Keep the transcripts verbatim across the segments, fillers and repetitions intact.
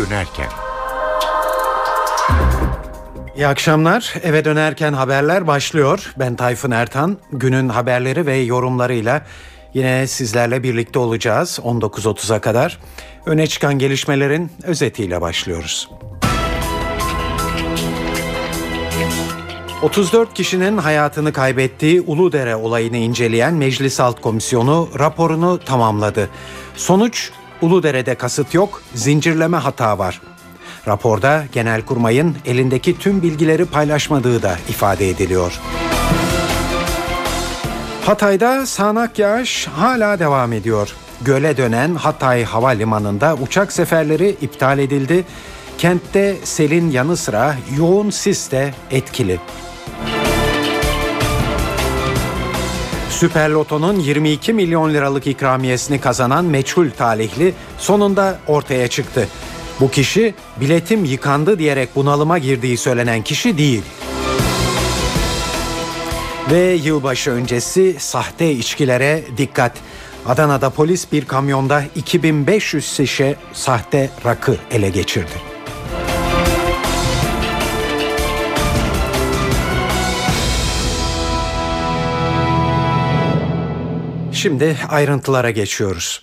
dönerken. İyi akşamlar. Eve dönerken haberler başlıyor. Ben Tayfun Ertan. Günün haberleri ve yorumlarıyla yine sizlerle birlikte olacağız on dokuz otuza kadar. Öne çıkan gelişmelerin özetiyle başlıyoruz. otuz dört kişinin hayatını kaybettiği Uludere olayını inceleyen Meclis Alt Komisyonu raporunu tamamladı. Sonuç, Uludere'de kasıt yok, zincirleme hata var. Raporda Genelkurmay'ın elindeki tüm bilgileri paylaşmadığı da ifade ediliyor. Hatay'da sağanak yağış hala devam ediyor. Göle dönen Hatay Havalimanı'nda uçak seferleri iptal edildi. Kentte selin yanı sıra yoğun sis de etkili. Süper Loto'nun yirmi iki milyon liralık ikramiyesini kazanan meçhul talihli sonunda ortaya çıktı. Bu kişi biletim yıkandı diyerek bunalıma girdiği söylenen kişi değil. Ve yılbaşı öncesi sahte içkilere dikkat. Adana'da polis bir kamyonda iki bin beş yüz şişe sahte rakı ele geçirdi. Şimdi ayrıntılara geçiyoruz.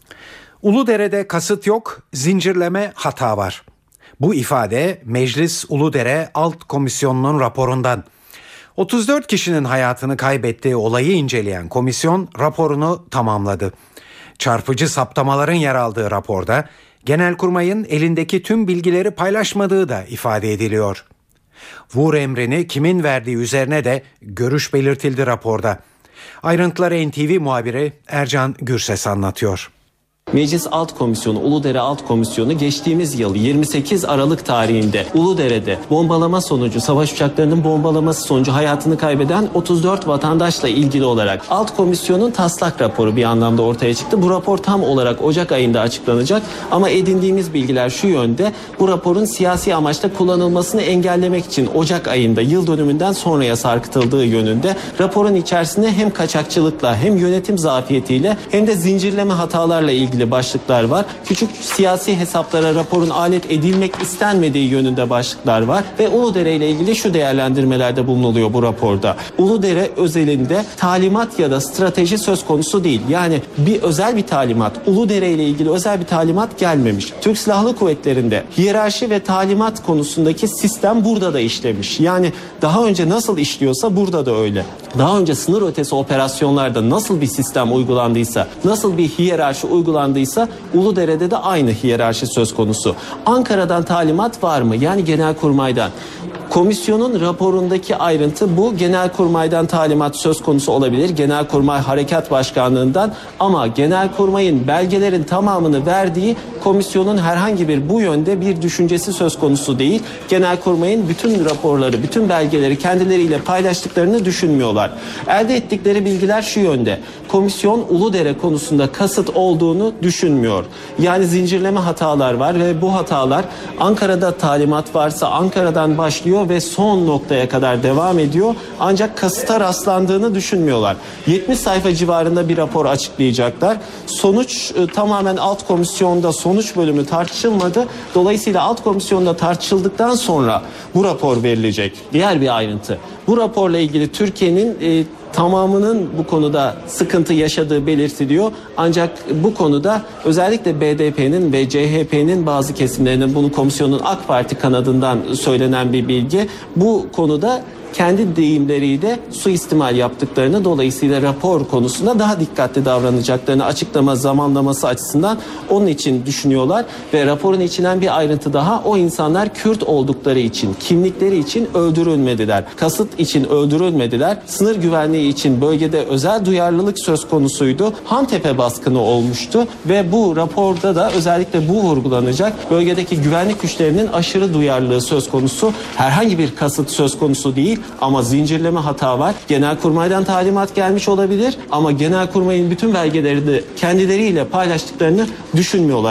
Uludere'de kasıt yok, zincirleme hata var. Bu ifade Meclis Uludere Alt Komisyonu'nun raporundan. otuz dört kişinin hayatını kaybettiği olayı inceleyen komisyon raporunu tamamladı. Çarpıcı saptamaların yer aldığı raporda Genelkurmay'ın elindeki tüm bilgileri paylaşmadığı da ifade ediliyor. Vur emrini kimin verdiği üzerine de görüş belirtildi raporda. Ayrıntıları N T V muhabiri Ercan Gürses anlatıyor. Meclis Alt Komisyonu, Uludere Alt Komisyonu geçtiğimiz yıl yirmi sekiz Aralık tarihinde Uludere'de bombalama sonucu, savaş uçaklarının bombalaması sonucu hayatını kaybeden otuz dört vatandaşla ilgili olarak Alt Komisyon'un taslak raporu bir anlamda ortaya çıktı. Bu rapor tam olarak Ocak ayında açıklanacak ama edindiğimiz bilgiler şu yönde: bu raporun siyasi amaçla kullanılmasını engellemek için Ocak ayında yıl dönümünden sonraya sarkıtıldığı yönünde. Raporun içerisinde hem kaçakçılıkla hem yönetim zafiyetiyle hem de zincirleme hatalarla ilgili başlıklar var. Küçük siyasi hesaplara raporun alet edilmek istenmediği yönünde başlıklar var ve Uludere ile ilgili şu değerlendirmelerde bulunuluyor bu raporda. Uludere özelinde talimat ya da strateji söz konusu değil. Yani bir özel bir talimat, Uludere ile ilgili özel bir talimat gelmemiş. Türk Silahlı Kuvvetleri'nde hiyerarşi ve talimat konusundaki sistem burada da işlemiş. Yani daha önce nasıl işliyorsa burada da öyle. Daha önce sınır ötesi operasyonlarda nasıl bir sistem uygulandıysa, nasıl bir hiyerarşi uygulandıysa Uludere'de de aynı hiyerarşi söz konusu. Ankara'dan talimat var mı? Yani Genelkurmay'dan. Komisyonun raporundaki ayrıntı bu. Genelkurmay'dan talimat söz konusu olabilir. Genelkurmay Harekat Başkanlığından, ama Genelkurmay'ın belgelerin tamamını verdiği komisyonun herhangi bir bu yönde bir düşüncesi söz konusu değil. Genelkurmay'ın bütün raporları, bütün belgeleri kendileriyle paylaştıklarını düşünmüyorlar. Elde ettikleri bilgiler şu yönde: komisyon Uludere konusunda kasıt olduğunu düşünmüyor. Yani zincirleme hatalar var ve bu hatalar Ankara'da talimat varsa Ankara'dan başlıyor ve son noktaya kadar devam ediyor. Ancak kasıta rastlandığını düşünmüyorlar. yetmiş sayfa civarında bir rapor açıklayacaklar. Sonuç e, tamamen alt komisyonda sonuç bölümü tartışılmadı. Dolayısıyla alt komisyonda tartışıldıktan sonra bu rapor verilecek. Diğer bir ayrıntı: bu raporla ilgili Türkiye'nin e, tamamının bu konuda sıkıntı yaşadığı belirtiliyor. Ancak bu konuda özellikle B D P'nin ve C H P'nin bazı kesimlerinin, bunu komisyonun AK Parti kanadından söylenen bir bilgi, bu konuda kendi deyimleriyle suistimal yaptıklarını, dolayısıyla rapor konusunda daha dikkatli davranacaklarını açıklama zamanlaması açısından onun için düşünüyorlar. Ve raporun içinden bir ayrıntı daha: o insanlar Kürt oldukları için, kimlikleri için öldürülmediler. Kasıt için öldürülmediler. Sınır güvenliği için bölgede özel duyarlılık söz konusuydu. Hantepe baskını olmuştu ve bu raporda da özellikle bu vurgulanacak. Bölgedeki güvenlik güçlerinin aşırı duyarlılığı söz konusu. Herhangi bir kasıt söz konusu değil. Ama zincirleme hata var. Genelkurmay'dan talimat gelmiş olabilir ama Genelkurmay'ın bütün belgelerini kendileriyle paylaştıklarını düşünmüyorlar.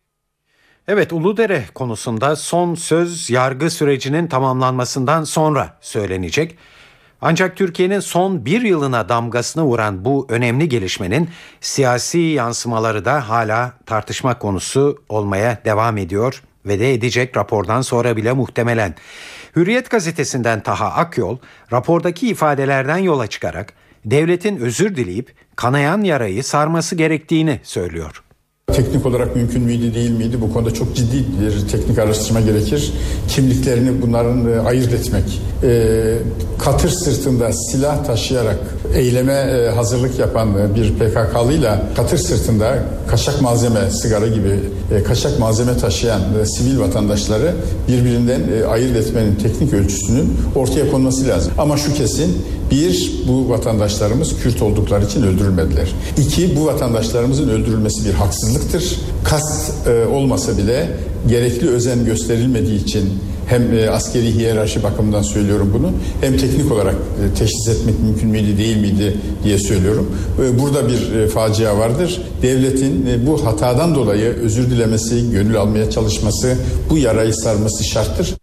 Evet, Uludere konusunda son söz yargı sürecinin tamamlanmasından sonra söylenecek. Ancak Türkiye'nin son bir yılına damgasını vuran bu önemli gelişmenin siyasi yansımaları da hala tartışma konusu olmaya devam ediyor. ve de edecek rapordan sonra bile muhtemelen. Hürriyet gazetesinden Taha Akyol, rapordaki ifadelerden yola çıkarak devletin özür dileyip kanayan yarayı sarması gerektiğini söylüyor. Teknik olarak mümkün müydü değil miydi? Bu konuda çok ciddi bir teknik araştırma gerekir. Kimliklerini bunların ayırt etmek. E, katır sırtında silah taşıyarak eyleme hazırlık yapan bir P K K'lıyla katır sırtında kaçak malzeme, sigara gibi kaçak malzeme taşıyan sivil vatandaşları birbirinden ayırt etmenin teknik ölçüsünün ortaya konması lazım. Ama şu kesin, bir, bu vatandaşlarımız Kürt oldukları için öldürülmediler. İki, bu vatandaşlarımızın öldürülmesi bir haksızlıktır. Kast e, olmasa bile gerekli özen gösterilmediği için hem e, askeri hiyerarşi bakımından söylüyorum bunu, hem teknik olarak e, teşhis etmek mümkün müydü değil miydi diye söylüyorum. E, burada bir e, facia vardır. Devletin e, bu hatadan dolayı özür dilemesi, gönül almaya çalışması, bu yarayı sarması şarttır.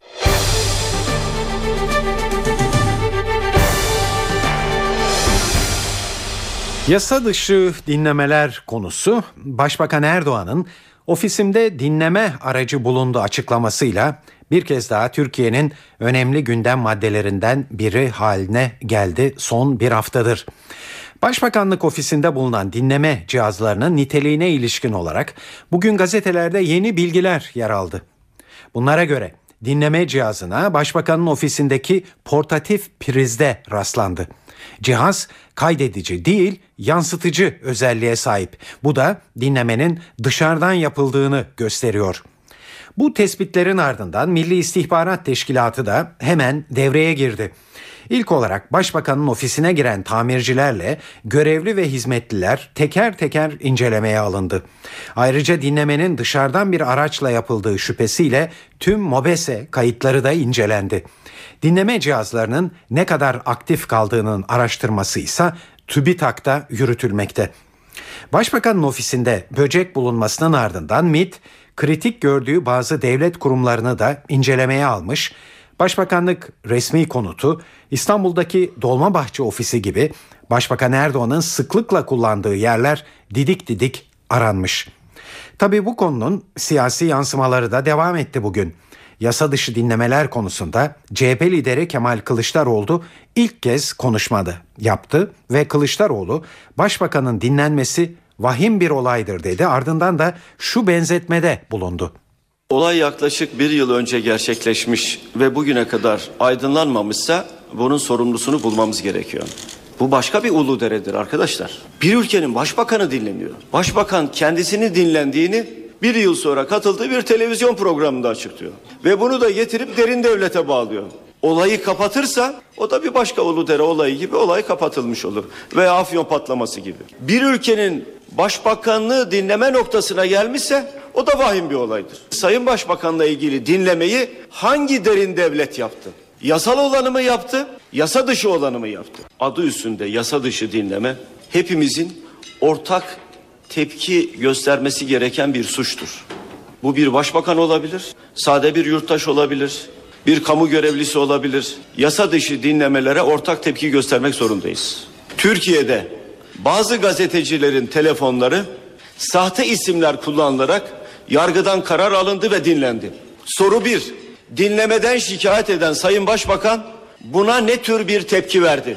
Yasa dışı dinlemeler konusu Başbakan Erdoğan'ın ofisimde dinleme aracı bulundu açıklamasıyla bir kez daha Türkiye'nin önemli gündem maddelerinden biri haline geldi son bir haftadır. Başbakanlık ofisinde bulunan dinleme cihazlarının niteliğine ilişkin olarak bugün gazetelerde yeni bilgiler yer aldı. Bunlara göre dinleme cihazına Başbakanın ofisindeki portatif prizde rastlandı. Cihaz kaydedici değil, yansıtıcı özelliğe sahip. Bu da dinlemenin dışarıdan yapıldığını gösteriyor. Bu tespitlerin ardından Milli İstihbarat Teşkilatı da hemen devreye girdi. İlk olarak Başbakanın ofisine giren tamircilerle görevli ve hizmetliler teker teker incelemeye alındı. Ayrıca dinlemenin dışarıdan bir araçla yapıldığı şüphesiyle tüm MOBESE kayıtları da incelendi. Dinleme cihazlarının ne kadar aktif kaldığının araştırması ise TÜBİTAK'ta yürütülmekte. Başbakanın ofisinde böcek bulunmasının ardından MİT, kritik gördüğü bazı devlet kurumlarını da incelemeye almış. Başbakanlık resmi konutu, İstanbul'daki Dolmabahçe ofisi gibi Başbakan Erdoğan'ın sıklıkla kullandığı yerler didik didik aranmış. Tabii bu konunun siyasi yansımaları da devam etti bugün. Yasa dışı dinlemeler konusunda C H P lideri Kemal Kılıçdaroğlu ilk kez konuşmadı, yaptı ve Kılıçdaroğlu Başbakanın dinlenmesi vahim bir olaydır dedi. Ardından da şu benzetmede bulundu. Olay yaklaşık bir yıl önce gerçekleşmiş ve bugüne kadar aydınlanmamışsa bunun sorumlusunu bulmamız gerekiyor. Bu başka bir Uludere'dir arkadaşlar. Bir ülkenin başbakanı dinleniyor. Başbakan kendisini dinlendiğini bir yıl sonra katıldığı bir televizyon programında açıklıyor. Ve bunu da getirip derin devlete bağlıyor. Olayı kapatırsa o da bir başka Uludere olayı gibi olay kapatılmış olur. Veya Afyon patlaması gibi. Bir ülkenin başbakanlığı dinleme noktasına gelmişse o da vahim bir olaydır. Sayın Başbakan'la ilgili dinlemeyi hangi derin devlet yaptı? Yasal olanı mı yaptı? Yasa dışı olanı mı yaptı? Adı üstünde yasa dışı dinleme hepimizin ortak tepki göstermesi gereken bir suçtur. Bu bir başbakan olabilir, sade bir yurttaş olabilir, bir kamu görevlisi olabilir. Yasa dışı dinlemelere ortak tepki göstermek zorundayız. Türkiye'de bazı gazetecilerin telefonları sahte isimler kullanılarak yargıdan karar alındı ve dinlendi. Soru bir, dinlemeden şikayet eden Sayın Başbakan buna ne tür bir tepki verdi?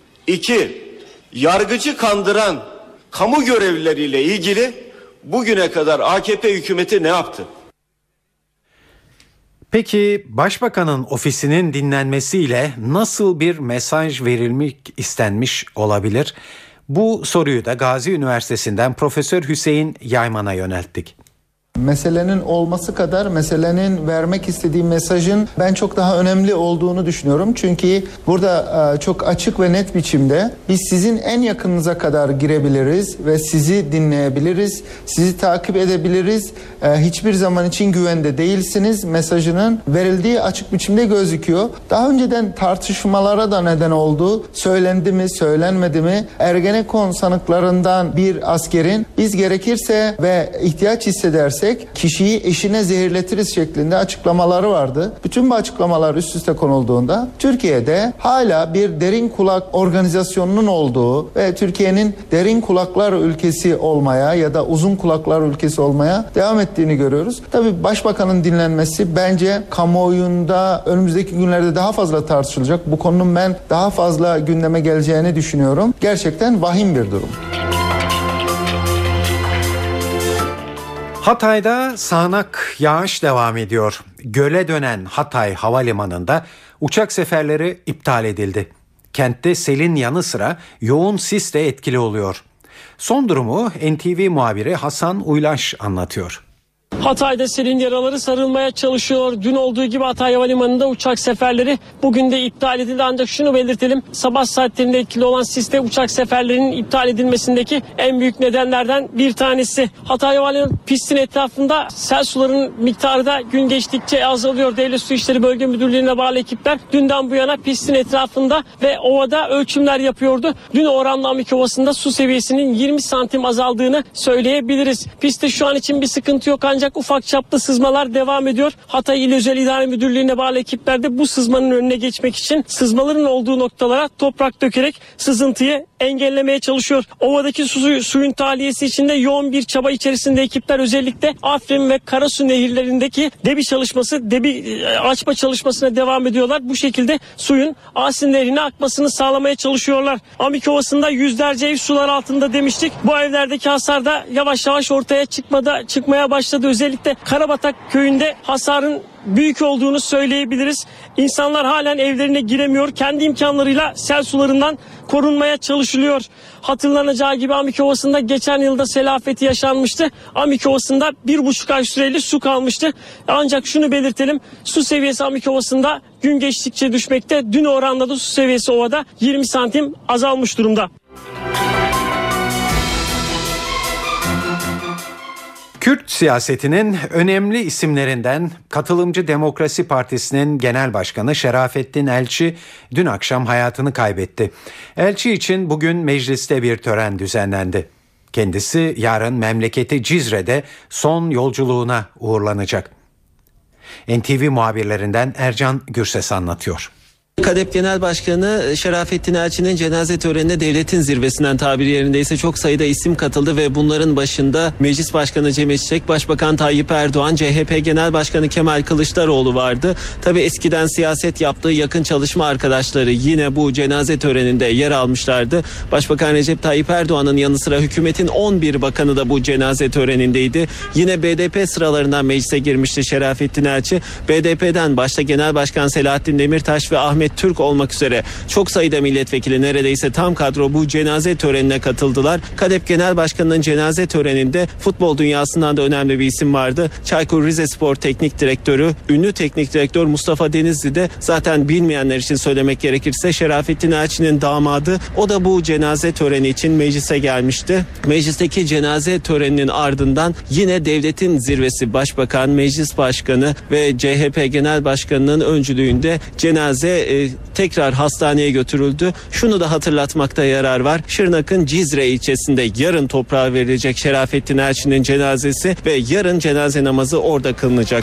İki, yargıcı kandıran kamu görevlileriyle ilgili bugüne kadar A K P hükümeti ne yaptı? Peki Başbakanın ofisinin dinlenmesiyle nasıl bir mesaj verilmek istenmiş olabilir? Bu soruyu da Gazi Üniversitesi'nden Profesör Hüseyin Yayman'a yönelttik. Meselenin olması kadar meselenin vermek istediği mesajın ben çok daha önemli olduğunu düşünüyorum. Çünkü burada çok açık ve net biçimde biz sizin en yakınınıza kadar girebiliriz ve sizi dinleyebiliriz, sizi takip edebiliriz. Hiçbir zaman için güvende değilsiniz mesajının verildiği açık biçimde gözüküyor. Daha önceden tartışmalara da neden oldu. Söylendi mi, söylenmedi mi? Ergenekon sanıklarından bir askerin biz gerekirse ve ihtiyaç hissederse edersek kişiyi eşine zehirletiriz şeklinde açıklamaları vardı. Bütün bu açıklamalar üst üste konulduğunda Türkiye'de hala bir derin kulak organizasyonunun olduğu ve Türkiye'nin derin kulaklar ülkesi olmaya ya da uzun kulaklar ülkesi olmaya devam ettiğini görüyoruz. Tabii Başbakanın dinlenmesi bence kamuoyunda önümüzdeki günlerde daha fazla tartışılacak. Bu konunun ben daha fazla gündeme geleceğini düşünüyorum. Gerçekten vahim bir durum. Hatay'da sağanak yağış devam ediyor. Göle dönen Hatay Havalimanı'nda uçak seferleri iptal edildi. Kentte selin yanı sıra yoğun sis de etkili oluyor. Son durumu N T V muhabiri Hasan Uylaş anlatıyor. Hatay'da selin yaraları sarılmaya çalışıyor. Dün olduğu gibi Hatay Havalimanı'nda uçak seferleri bugün de iptal edildi. Ancak şunu belirtelim, sabah saatlerinde etkili olan siste uçak seferlerinin iptal edilmesindeki en büyük nedenlerden bir tanesi. Hatay Havalimanı pistin etrafında sel sularının miktarı da gün geçtikçe azalıyor. Devlet Su İşleri Bölge Müdürlüğü'ne bağlı ekipler dünden bu yana pistin etrafında ve ovada ölçümler yapıyordu. Dün Orhanlı Amik Ovası'nda su seviyesinin yirmi santim azaldığını söyleyebiliriz. Pistte şu an için bir sıkıntı yok ancak ufak çaplı sızmalar devam ediyor. Hatay İl Özel İdare Müdürlüğü'ne bağlı ekipler de bu sızmanın önüne geçmek için sızmaların olduğu noktalara toprak dökerek sızıntıyı engellemeye çalışıyor. Ovadaki su, suyun tahliyesi için de yoğun bir çaba içerisinde ekipler özellikle Afrin ve Karasu nehirlerindeki debi çalışması, debi açma çalışmasına devam ediyorlar. Bu şekilde suyun Asin Nehri'ne akmasını sağlamaya çalışıyorlar. Amik Ovası'nda yüzlerce ev sular altında demiştik. Bu evlerdeki hasar da yavaş yavaş ortaya çıkmada çıkmaya başladı. Özellikle Karabatak köyünde hasarın büyük olduğunu söyleyebiliriz. İnsanlar halen evlerine giremiyor. Kendi imkanlarıyla sel sularından korunmaya çalışılıyor. Hatırlanacağı gibi Amik Ovası'nda geçen yılda sel afeti yaşanmıştı. Amik Ovası'nda bir buçuk ay süreli su kalmıştı. Ancak şunu belirtelim, su seviyesi Amik Ovası'nda gün geçtikçe düşmekte. Dün oranla da su seviyesi ovada yirmi santim azalmış durumda. Kürt siyasetinin önemli isimlerinden Katılımcı Demokrasi Partisi'nin Genel Başkanı Şerafettin Elçi dün akşam hayatını kaybetti. Elçi için bugün mecliste bir tören düzenlendi. Kendisi yarın memleketi Cizre'de son yolculuğuna uğurlanacak. N T V muhabirlerinden Ercan Gürses anlatıyor. KADEP Genel Başkanı Şerafettin Elçi'nin cenaze törenine devletin zirvesinden tabiri yerindeyse çok sayıda isim katıldı ve bunların başında Meclis Başkanı Cemil Çiçek, Başbakan Tayyip Erdoğan, C H P Genel Başkanı Kemal Kılıçdaroğlu vardı. Tabii eskiden siyaset yaptığı yakın çalışma arkadaşları yine bu cenaze töreninde yer almışlardı. Başbakan Recep Tayyip Erdoğan'ın yanı sıra hükümetin on bir bakanı da bu cenaze törenindeydi. Yine B D P sıralarından meclise girmişti Şerafettin Elçi. B D P'den başta Genel Başkan Selahattin Demirtaş ve Ahmet Türk olmak üzere çok sayıda milletvekili, neredeyse tam kadro bu cenaze törenine katıldılar. KADEP Genel Başkanı'nın cenaze töreninde futbol dünyasından da önemli bir isim vardı. Çaykur Rizespor Teknik Direktörü, ünlü teknik direktör Mustafa Denizli de zaten bilmeyenler için söylemek gerekirse Şerafettin Elçi'nin damadı. O da bu cenaze töreni için meclise gelmişti. Meclisteki cenaze töreninin ardından yine devletin zirvesi Başbakan, Meclis Başkanı ve C H P Genel Başkanı'nın öncülüğünde cenaze e, tekrar hastaneye götürüldü. Şunu da hatırlatmakta yarar var. Şırnak'ın Cizre ilçesinde yarın toprağa verilecek Şerafettin Elçi'nin cenazesi ve yarın cenaze namazı orada kılınacak.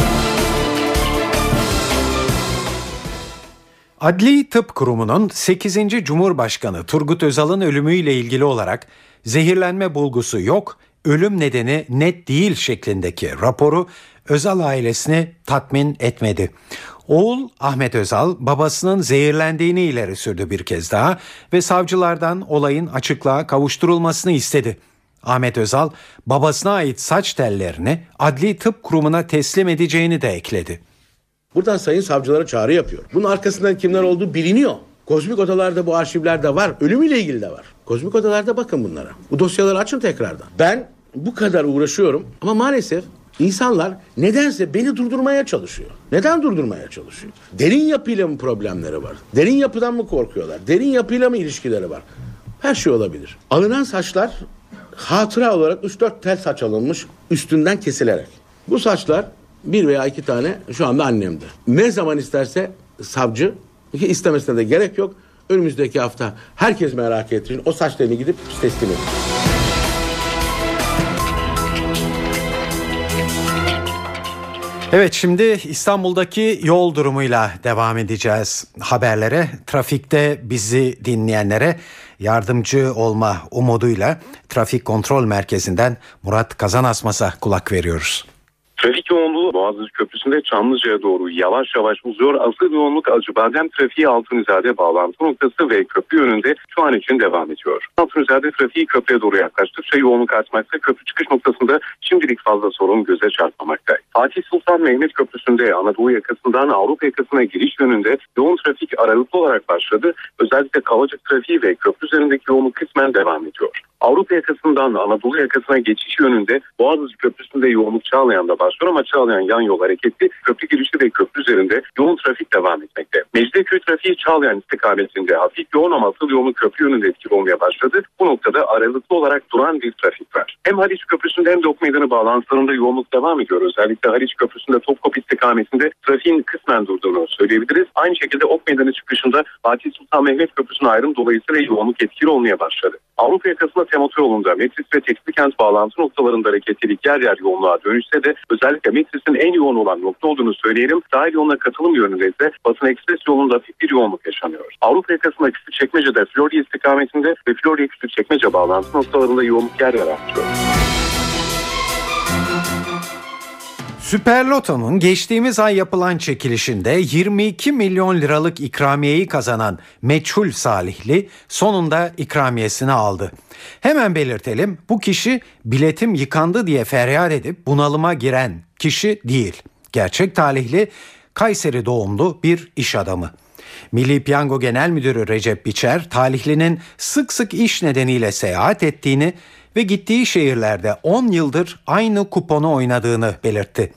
Adli Tıp Kurumu'nun sekizinci Cumhurbaşkanı Turgut Özal'ın ölümüyle ilgili olarak zehirlenme bulgusu yok, ölüm nedeni net değil şeklindeki raporu Özal ailesini tatmin etmedi. Oğul Ahmet Özal babasının zehirlendiğini ileri sürdü bir kez daha ve savcılardan olayın açıklığa kavuşturulmasını istedi. Ahmet Özal babasına ait saç tellerini Adli Tıp Kurumu'na teslim edeceğini de ekledi. Buradan sayın savcılara çağrı yapıyor. Bunun arkasından kimler olduğu biliniyor. Kozmik odalarda bu arşivlerde var. Ölümüyle ilgili de var. Kozmik odalarda bakın bunlara. Bu dosyaları açın tekrardan. Ben bu kadar uğraşıyorum ama maalesef İnsanlar nedense beni durdurmaya çalışıyor. Neden durdurmaya çalışıyor? Derin yapıyla mı problemleri var? Derin yapıdan mı korkuyorlar? Derin yapıyla mı ilişkileri var? Her şey olabilir. Alınan saçlar hatıra olarak üç dört tel saç alınmış üstünden kesilerek. Bu saçlar bir veya iki tane şu anda annemde. Ne zaman isterse savcı, ki istemesine de gerek yok. Önümüzdeki hafta herkes merak ettiğin o saçlarını gidip teslim edin. Evet, şimdi İstanbul'daki yol durumuyla devam edeceğiz haberlere. Trafikte bizi dinleyenlere yardımcı olma umuduyla Trafik Kontrol Merkezi'nden Murat Kazanasmas'a kulak veriyoruz. Trafik yoğunluğu Boğaziçi Köprüsü'nde Çamlıca'ya doğru yavaş yavaş uzuyor. Asıl yoğunluk Acıbadem trafiği Altunizade bağlantı noktası ve köprü yönünde şu an için devam ediyor. Altunizade trafiği köprüye doğru yaklaştıkça yoğunluk artmakta. Köprü çıkış noktasında şimdilik fazla sorun göze çarpmamakta. Fatih Sultan Mehmet Köprüsü'nde Anadolu yakasından Avrupa yakasına giriş yönünde yoğun trafik aralıklı olarak başladı. Özellikle Kavacık trafiği ve köprü üzerindeki yoğunluk kısmen devam ediyor. Avrupa yakasından Anadolu yakasına geçiş yönünde Boğaziçi Köprüsü'nde yoğunluk Çağlayan'da başlıyor ama Çağlayan yan yol hareketli. Köprü girişi ve köprü üzerinde yoğun trafik devam etmekte. Mecidiyeköy trafiği Çağlayan istikametinde hafif yoğun ama asıl yoğunluk köprü yönünde etkili olmaya başladı. Bu noktada aralıklı olarak duran bir trafik var. Hem Haliç Köprüsü'nde hem de Ok Meydanı bağlantılarında yoğunluk devam ediyor. Özellikle Haliç Köprüsü'nde Topkapı istikametinde trafiğin kısmen durduğunu söyleyebiliriz. Aynı şekilde Ok Meydanı çıkışında Fatih Sultan Mehmet Köprüsü'nün ayrım dolayısıyla yoğunluk etkili olmaya başladı. Avrupa yakasında Temotoyolu'nda Metris ve Tekstilkent bağlantı noktalarında hareketlilik yer yer yoğunluğa dönüşse de özellikle Metris'in en yoğun olan nokta olduğunu söyleyelim. Sahil yoluna katılım yönünde ise Batın Ekspres yolunda hafif bir yoğunluk yaşanıyor. Avrupa yakasında Küçükçekmece'de Florya istikametinde ve Florya Küçükçekmece bağlantı noktalarında yoğunluk yer yer artıyor. Süper Loto'nun geçtiğimiz ay yapılan çekilişinde yirmi iki milyon liralık ikramiyeyi kazanan meçhul Salihli sonunda ikramiyesini aldı. Hemen belirtelim, bu kişi biletim yıkandı diye feryat edip bunalıma giren kişi değil. Gerçek talihli Kayseri doğumlu bir iş adamı. Milli Piyango Genel Müdürü Recep Biçer, talihlinin sık sık iş nedeniyle seyahat ettiğini ve gittiği şehirlerde on yıldır aynı kuponu oynadığını belirtti.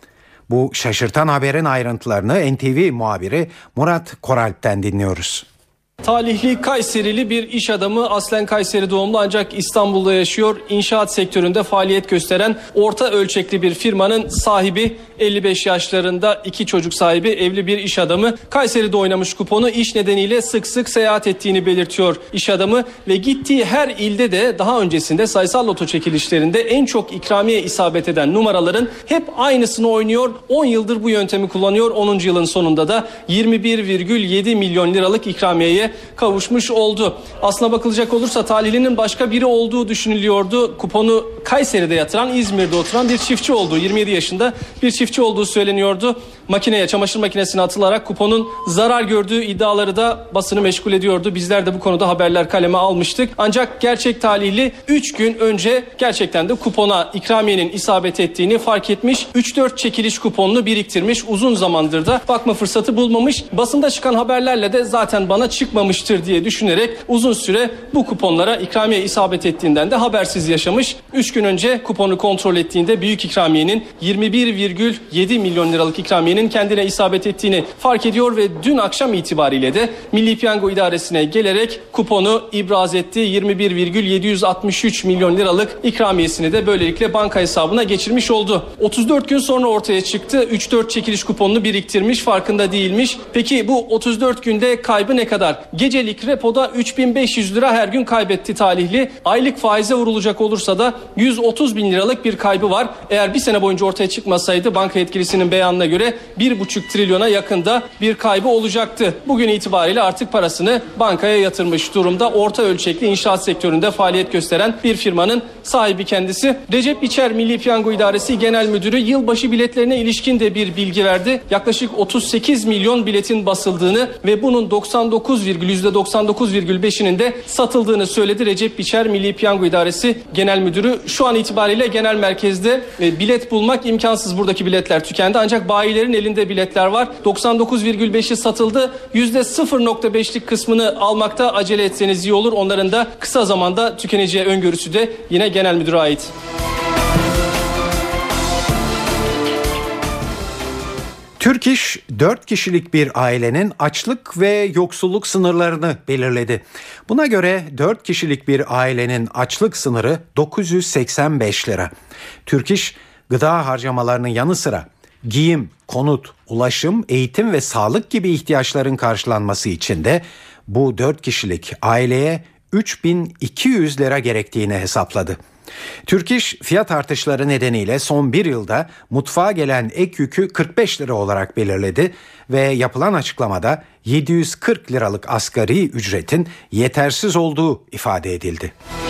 Bu şaşırtan haberin ayrıntılarını N T V muhabiri Murat Koralp'ten dinliyoruz. Talihli Kayserili bir iş adamı, aslen Kayseri doğumlu ancak İstanbul'da yaşıyor. İnşaat sektöründe faaliyet gösteren orta ölçekli bir firmanın sahibi, elli beş yaşlarında, iki çocuk sahibi, evli bir iş adamı. Kayseri'de oynamış kuponu, iş nedeniyle sık sık seyahat ettiğini belirtiyor iş adamı ve gittiği her ilde de daha öncesinde sayısal loto çekilişlerinde en çok ikramiye isabet eden numaraların hep aynısını oynuyor. on yıldır bu yöntemi kullanıyor. onuncu yılın sonunda da yirmi bir virgül yedi milyon liralık ikramiyeye kavuşmuş oldu. Aslına bakılacak olursa talihlinin başka biri olduğu düşünülüyordu. Kuponu Kayseri'de yatıran, İzmir'de oturan bir çiftçi olduğu, yirmi yedi yaşında bir çiftçi olduğu söyleniyordu. Makineye, çamaşır makinesine atılarak kuponun zarar gördüğü iddiaları da basını meşgul ediyordu. Bizler de bu konuda haberler kaleme almıştık. Ancak gerçek talihli üç gün önce gerçekten de kupona ikramiyenin isabet ettiğini fark etmiş. üç dört çekiliş kuponunu biriktirmiş. Uzun zamandır da bakma fırsatı bulmamış. Basında çıkan haberlerle de zaten bana çıkmamıştır diye düşünerek uzun süre bu kuponlara ikramiye isabet ettiğinden de habersiz yaşamış. üç gün önce kuponu kontrol ettiğinde büyük ikramiyenin yirmi bir virgül yedi milyon liralık ikramiyenin kendine isabet ettiğini fark ediyor ve dün akşam itibariyle de Milli Piyango İdaresi'ne gelerek kuponu ibraz etti. yirmi bir virgül yedi yüz altmış üç milyon liralık ikramiyesini de böylelikle banka hesabına geçirmiş oldu. otuz dört gün sonra ortaya çıktı. üç dört çekiliş kuponunu biriktirmiş, farkında değilmiş. Peki bu otuz dört günde kaybı ne kadar? Gecelik repoda üç bin beş yüz lira her gün kaybetti talihli. Aylık faize vurulacak olursa da yüz otuz bin liralık bir kaybı var. Eğer bir sene boyunca ortaya çıkmasaydı banka yetkilisinin beyanına göre bir buçuk trilyona yakında bir kaybı olacaktı. Bugün itibariyle artık parasını bankaya yatırmış durumda. Orta ölçekli inşaat sektöründe faaliyet gösteren bir firmanın sahibi kendisi. Recep Biçer Milli Piyango İdaresi Genel Müdürü yılbaşı biletlerine ilişkin de bir bilgi verdi. Yaklaşık otuz sekiz milyon biletin basıldığını ve bunun doksan dokuz virgül yüzde doksan dokuz virgül beşinin de satıldığını söyledi Recep Biçer Milli Piyango İdaresi Genel Müdürü. Şu an itibariyle genel merkezde bilet bulmak imkansız. Buradaki biletler tükendi ancak bayilerin elinde biletler var. doksan dokuz virgül beşi satıldı. yüzde sıfır virgül beşlik kısmını almakta acele etseniz iyi olur. Onların da kısa zamanda tükeneceği öngörüsü de yine genel müdüre ait. Türk İş dört kişilik bir ailenin açlık ve yoksulluk sınırlarını belirledi. Buna göre dört kişilik bir ailenin açlık sınırı dokuz yüz seksen beş lira. Türk İş gıda harcamalarının yanı sıra giyim, konut, ulaşım, eğitim ve sağlık gibi ihtiyaçların karşılanması için de bu dört kişilik aileye üç bin iki yüz lira gerektiğini hesapladı. Türk İş fiyat artışları nedeniyle son bir yılda mutfağa gelen ek yükü kırk beş lira olarak belirledi ve yapılan açıklamada yedi yüz kırk liralık asgari ücretin yetersiz olduğu ifade edildi.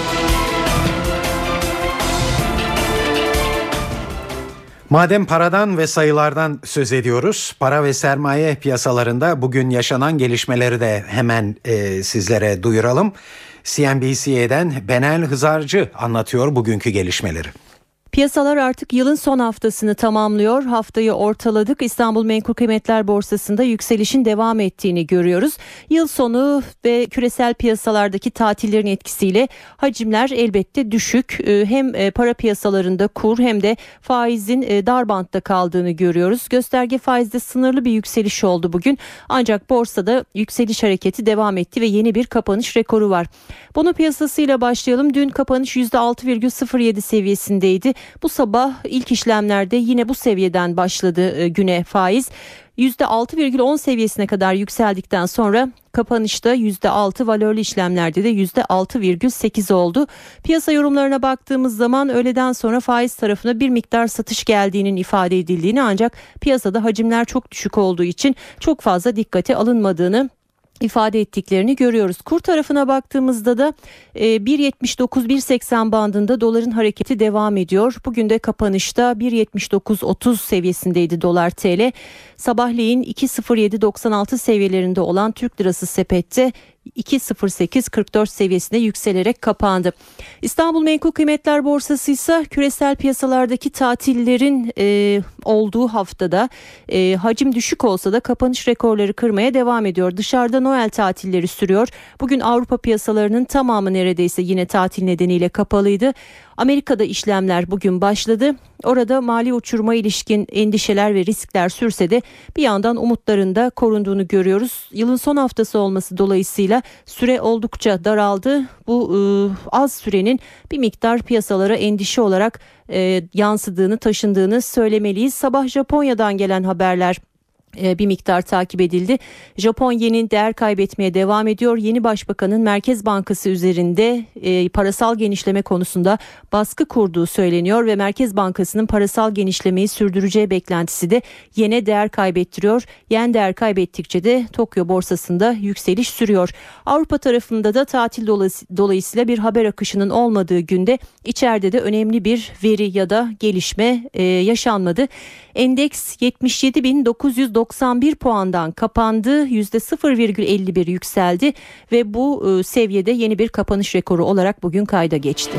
Madem paradan ve sayılardan söz ediyoruz, para ve sermaye piyasalarında bugün yaşanan gelişmeleri de hemen e, sizlere duyuralım. C N B C'den Benel Hızarcı anlatıyor bugünkü gelişmeleri. Piyasalar artık yılın son haftasını tamamlıyor. Haftayı ortaladık. İstanbul Menkul Kıymetler Borsası'nda yükselişin devam ettiğini görüyoruz. Yıl sonu ve küresel piyasalardaki tatillerin etkisiyle hacimler elbette düşük. Hem para piyasalarında kur hem de faizin dar bantta kaldığını görüyoruz. Gösterge faizde sınırlı bir yükseliş oldu bugün. Ancak borsada yükseliş hareketi devam etti ve yeni bir kapanış rekoru var. Bono piyasasıyla başlayalım. Dün kapanış yüzde altı virgül sıfır yedi seviyesindeydi. Bu sabah ilk işlemlerde yine bu seviyeden başladı güne faiz. yüzde altı virgül on seviyesine kadar yükseldikten sonra kapanışta yüzde altı, valörlü işlemlerde de yüzde altı virgül sekiz oldu. Piyasa yorumlarına baktığımız zaman öğleden sonra faiz tarafına bir miktar satış geldiğinin ifade edildiğini, ancak piyasada hacimler çok düşük olduğu için çok fazla dikkate alınmadığını ifade ettiklerini görüyoruz. Kur tarafına baktığımızda da bir yetmiş dokuz bir seksen bandında doların hareketi devam ediyor. Bugün de kapanışta bir yetmiş dokuz otuz seviyesindeydi dolar T L. Sabahleyin iki sıfır yedi doksan altı seviyelerinde olan Türk lirası sepette iki sıfır sekiz kırk dört seviyesine yükselerek kapandı. İstanbul Menkul Kıymetler Borsası ise küresel piyasalardaki tatillerin e, olduğu haftada e, hacim düşük olsa da kapanış rekorları kırmaya devam ediyor. Dışarıda Noel tatilleri sürüyor. Bugün Avrupa piyasalarının tamamı neredeyse yine tatil nedeniyle kapalıydı. Amerika'da işlemler bugün başladı. Orada mali uçuruma ilişkin endişeler ve riskler sürse de bir yandan umutların da korunduğunu görüyoruz. Yılın son haftası olması dolayısıyla süre oldukça daraldı. Bu e, az sürenin bir miktar piyasalara endişe olarak e, yansıdığını, taşındığını söylemeliyiz. Sabah Japonya'dan gelen haberler bir miktar takip edildi. Japon yenin değer kaybetmeye devam ediyor. Yeni başbakanın Merkez Bankası üzerinde e, parasal genişleme konusunda baskı kurduğu söyleniyor ve Merkez Bankası'nın parasal genişlemeyi sürdüreceği beklentisi de yene değer kaybettiriyor. Yen değer kaybettikçe de Tokyo borsasında yükseliş sürüyor. Avrupa tarafında da tatil dolayısıyla bir haber akışının olmadığı günde içeride de önemli bir veri ya da gelişme e, yaşanmadı. Endeks yetmiş yedi bin dokuz yüz doksan bir puandan kapandı. yüzde sıfır virgül elli bir yükseldi ve bu e, seviyede yeni bir kapanış rekoru olarak bugün kayda geçti.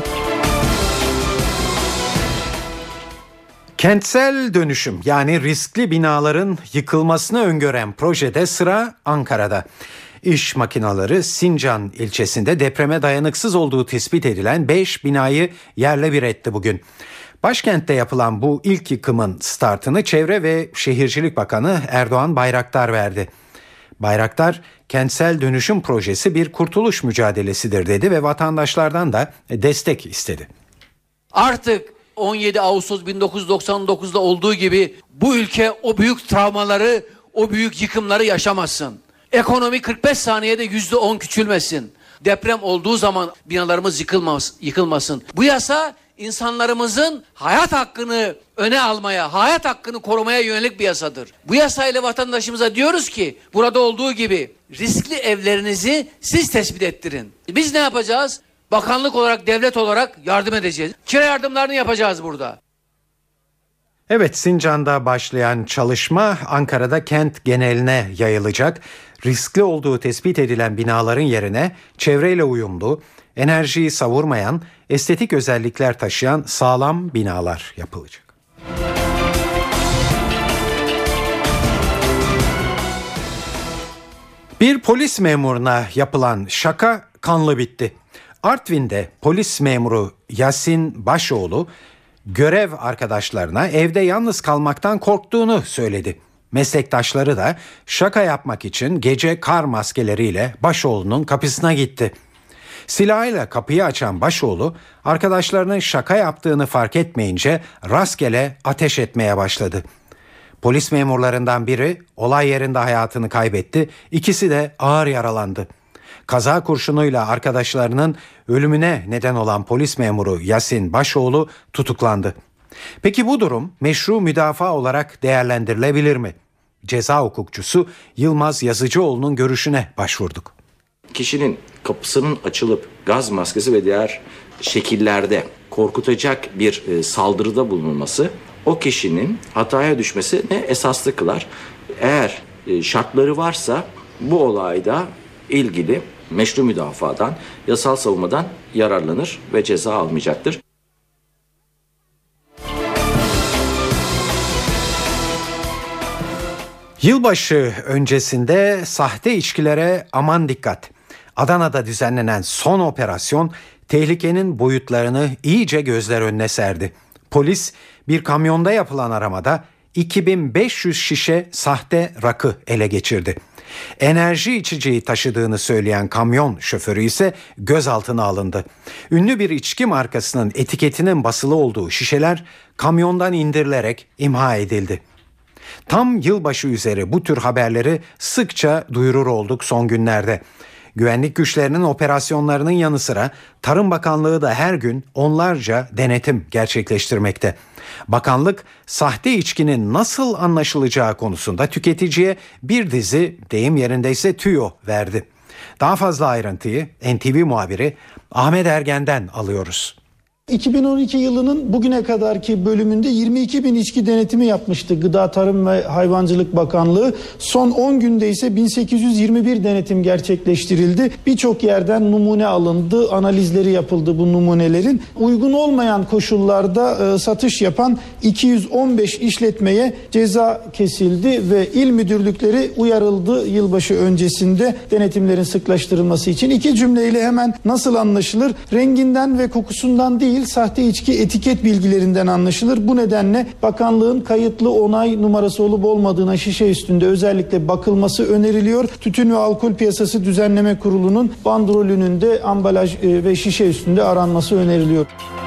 Kentsel dönüşüm, yani riskli binaların yıkılmasını öngören projede sıra Ankara'da. İş makineleri Sincan ilçesinde depreme dayanıksız olduğu tespit edilen beş binayı yerle bir etti bugün. Başkentte yapılan bu ilk yıkımın startını Çevre ve Şehircilik Bakanı Erdoğan Bayraktar verdi. Bayraktar, kentsel dönüşüm projesi bir kurtuluş mücadelesidir dedi ve vatandaşlardan da destek istedi. Artık on yedi Ağustos bin dokuz yüz doksan dokuzda olduğu gibi bu ülke o büyük travmaları, o büyük yıkımları yaşamasın. Ekonomi kırk beş saniyede yüzde on küçülmesin. Deprem olduğu zaman binalarımız yıkılmaz, yıkılmasın. Bu yasa insanlarımızın hayat hakkını öne almaya, hayat hakkını korumaya yönelik bir yasadır. Bu yasayla vatandaşımıza diyoruz ki burada olduğu gibi riskli evlerinizi siz tespit ettirin. Biz ne yapacağız? Bakanlık olarak, devlet olarak yardım edeceğiz. Kira yardımlarını yapacağız burada. Evet, Sincan'da başlayan çalışma Ankara'da kent geneline yayılacak. Riskli olduğu tespit edilen binaların yerine çevreyle uyumlu, enerjiyi savurmayan, estetik özellikler taşıyan sağlam binalar yapılacak. Bir polis memuruna yapılan şaka kanlı bitti. Artvin'de polis memuru Yasin Başoğlu görev arkadaşlarına evde yalnız kalmaktan korktuğunu söyledi. Meslektaşları da şaka yapmak için gece kar maskeleriyle Başoğlu'nun kapısına gitti. Silahıyla kapıyı açan Başoğlu arkadaşlarının şaka yaptığını fark etmeyince rastgele ateş etmeye başladı. Polis memurlarından biri olay yerinde hayatını kaybetti, ikisi de ağır yaralandı. Kaza kurşunuyla arkadaşlarının ölümüne neden olan polis memuru Yasin Başoğlu tutuklandı. Peki bu durum meşru müdafaa olarak değerlendirilebilir mi? Ceza hukukçusu Yılmaz Yazıcıoğlu'nun görüşüne başvurduk. Kişinin kapısının açılıp gaz maskesi ve diğer şekillerde korkutacak bir e, saldırıda bulunması o kişinin hataya düşmesini esaslı kılar. Eğer e, şartları varsa bu olayda ilgili meşru müdafadan, yasal savunmadan yararlanır ve ceza almayacaktır. Yılbaşı öncesinde sahte içkilere aman dikkat. Adana'da düzenlenen son operasyon tehlikenin boyutlarını iyice gözler önüne serdi. Polis bir kamyonda yapılan aramada iki bin beş yüz şişe sahte rakı ele geçirdi. Enerji içeceği taşıdığını söyleyen kamyon şoförü ise gözaltına alındı. Ünlü bir içki markasının etiketinin basılı olduğu şişeler kamyondan indirilerek imha edildi. Tam yılbaşı üzeri bu tür haberleri sıkça duyurur olduk son günlerde. Güvenlik güçlerinin operasyonlarının yanı sıra Tarım Bakanlığı da her gün onlarca denetim gerçekleştirmekte. Bakanlık sahte içkinin nasıl anlaşılacağı konusunda tüketiciye bir dizi, deyim yerindeyse tüyo verdi. Daha fazla ayrıntıyı N T V muhabiri Ahmet Ergen'den alıyoruz. iki bin on iki yılının bugüne kadarki bölümünde yirmi iki bin içki denetimi yapmıştı Gıda Tarım ve Hayvancılık Bakanlığı. Son on günde ise bin sekiz yüz yirmi bir denetim gerçekleştirildi. Birçok yerden numune alındı, analizleri yapıldı bu numunelerin. Uygun olmayan koşullarda e, satış yapan iki yüz on beş işletmeye ceza kesildi ve il müdürlükleri uyarıldı yılbaşı öncesinde denetimlerin sıklaştırılması için. İki cümleyle hemen nasıl anlaşılır? Renginden ve kokusundan değil, sahte içki etiket bilgilerinden anlaşılır. Bu nedenle bakanlığın kayıtlı onay numarası olup olmadığına şişe üstünde özellikle bakılması öneriliyor. Tütün ve Alkol Piyasası Düzenleme Kurulu'nun bandrolünün de ambalaj ve şişe üstünde aranması öneriliyor.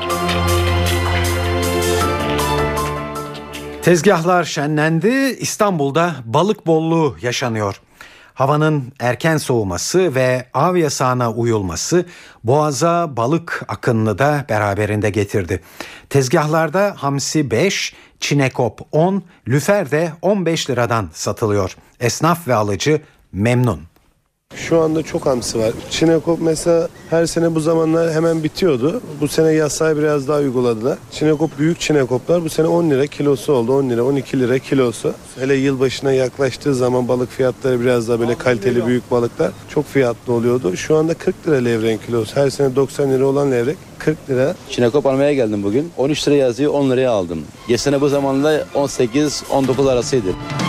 Tezgahlar şenlendi, İstanbul'da balık bolluğu yaşanıyor. Havanın erken soğuması ve av yasağına uyulması boğaza balık akınını da beraberinde getirdi. Tezgahlarda hamsi beş, çinekop on, lüfer de on beş liradan satılıyor. Esnaf ve alıcı memnun. Şu anda çok hamsi var. Çinekop mesela her sene bu zamanlar hemen bitiyordu. Bu sene yasağı biraz daha uyguladılar. Çinekop, büyük çinekoplar bu sene on lira kilosu oldu. on lira, on iki lira kilosu. Hele yılbaşına yaklaştığı zaman balık fiyatları biraz daha böyle kaliteli büyük balıklar çok fiyatlı oluyordu. Şu anda kırk lira levreğin kilosu. Her sene doksan lira olan levrek kırk lira. Çinekop almaya geldim bugün. on üç lira yazıyor, on liraya aldım. Geçen bu zamanda on sekiz on dokuz arasıydı.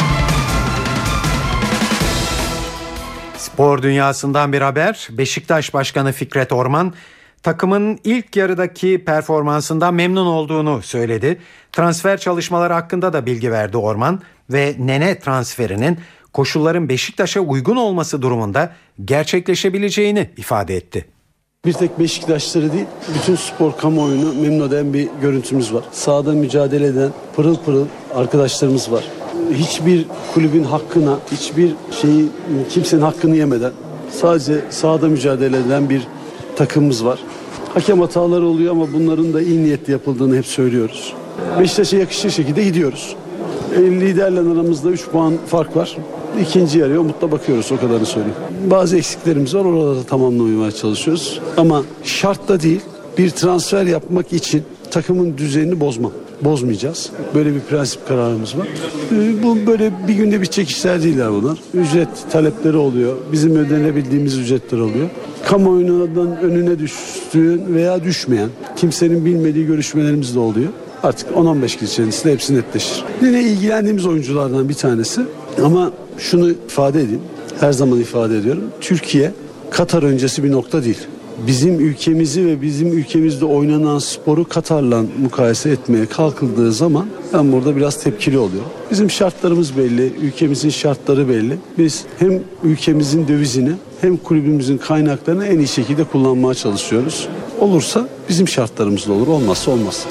Spor dünyasından bir haber. Beşiktaş Başkanı Fikret Orman takımın ilk yarıdaki performansından memnun olduğunu söyledi. Transfer çalışmaları hakkında da bilgi verdi Orman ve Nene transferinin koşulların Beşiktaş'a uygun olması durumunda gerçekleşebileceğini ifade etti. Bir tek Beşiktaşları değil, bütün spor kamuoyunu memnun eden bir görüntümüz var. Sahada mücadele eden pırıl pırıl arkadaşlarımız var. Hiçbir kulübün hakkına, hiçbir şeyi, kimsenin hakkını yemeden sadece sahada mücadele eden bir takımımız var. Hakem hataları oluyor ama bunların da iyi niyetli yapıldığını hep söylüyoruz. Beşiktaş'a yakışır şekilde gidiyoruz. Liderle aramızda üç puan fark var. İkinci yarıya umutla bakıyoruz, o kadarını söyleyeyim. Bazı eksiklerimiz var, oralarda tamamlamaya çalışıyoruz. Ama şart da değil, bir transfer yapmak için takımın düzenini bozma. Bozmayacağız. Böyle bir prensip kararımız var. Bu böyle bir günde bitecek işler değiller bunlar. Ücret talepleri oluyor. Bizim ödenebildiğimiz ücretler oluyor. Kamuoyundan önüne düştüğün veya düşmeyen, kimsenin bilmediği görüşmelerimiz de oluyor. Artık on on beş gün içerisinde hepsi netleşir. Yine ilgilendiğimiz oyunculardan bir tanesi. Ama şunu ifade edeyim. Her zaman ifade ediyorum. Türkiye Katar öncesi bir nokta değil. Bizim ülkemizi ve bizim ülkemizde oynanan sporu Katar'la mukayese etmeye kalkıldığı zaman ben burada biraz tepkili oluyorum. Bizim şartlarımız belli, ülkemizin şartları belli. Biz hem ülkemizin dövizini hem kulübümüzün kaynaklarını en iyi şekilde kullanmaya çalışıyoruz. Olursa bizim şartlarımızda olur, olmazsa olmaz.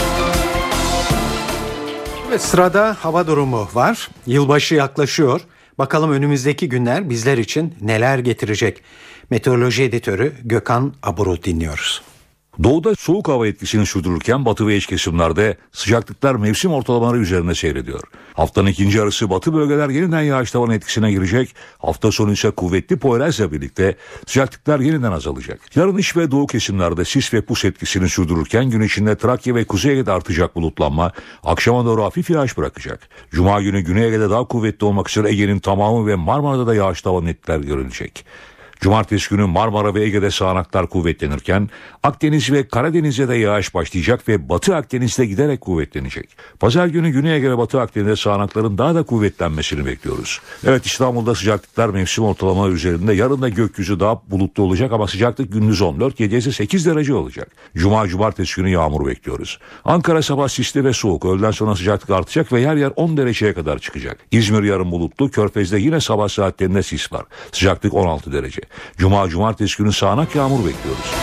Evet, sırada hava durumu var. Yılbaşı yaklaşıyor. Bakalım önümüzdeki günler bizler için neler getirecek? Meteoroloji editörü Gökhan Abur'u dinliyoruz. Doğuda soğuk hava etkisini sürdürürken batı ve iç kesimlerde sıcaklıklar mevsim ortalamaları üzerinde seyrediyor. Haftanın ikinci yarısı batı bölgeler yeniden yağış tavanı etkisine girecek. Hafta sonu ise kuvvetli Poyraz'la birlikte sıcaklıklar yeniden azalacak. Yarın iç ve doğu kesimlerde sis ve pus etkisini sürdürürken gün içinde Trakya ve Kuzey Ege'de artacak bulutlanma akşama doğru hafif yağış bırakacak. Cuma günü Güney Ege'de daha kuvvetli olmak üzere Ege'nin tamamı ve Marmara'da da yağış tavanı etkiler görülecek. Cumartesi günü Marmara ve Ege'de sağanaklar kuvvetlenirken Akdeniz ve Karadeniz'de de yağış başlayacak ve Batı Akdeniz'de giderek kuvvetlenecek. Pazar günü Güney Ege ve Batı Akdeniz'de sağanakların daha da kuvvetlenmesini bekliyoruz. Evet, İstanbul'da sıcaklıklar mevsim ortalamaları üzerinde. Yarın da gökyüzü daha bulutlu olacak ama sıcaklık gündüz on dört, gecesi sekiz derece olacak. Cuma, cumartesi günü yağmur bekliyoruz. Ankara sabah sisli ve soğuk. Öğleden sonra sıcaklık artacak ve yer yer on dereceye kadar çıkacak. İzmir yarın bulutlu. Körfez'de yine sabah saatlerinde sis var. Sıcaklık on altı derece. Cuma, cumartesi günü sağanak yağmur bekliyoruz.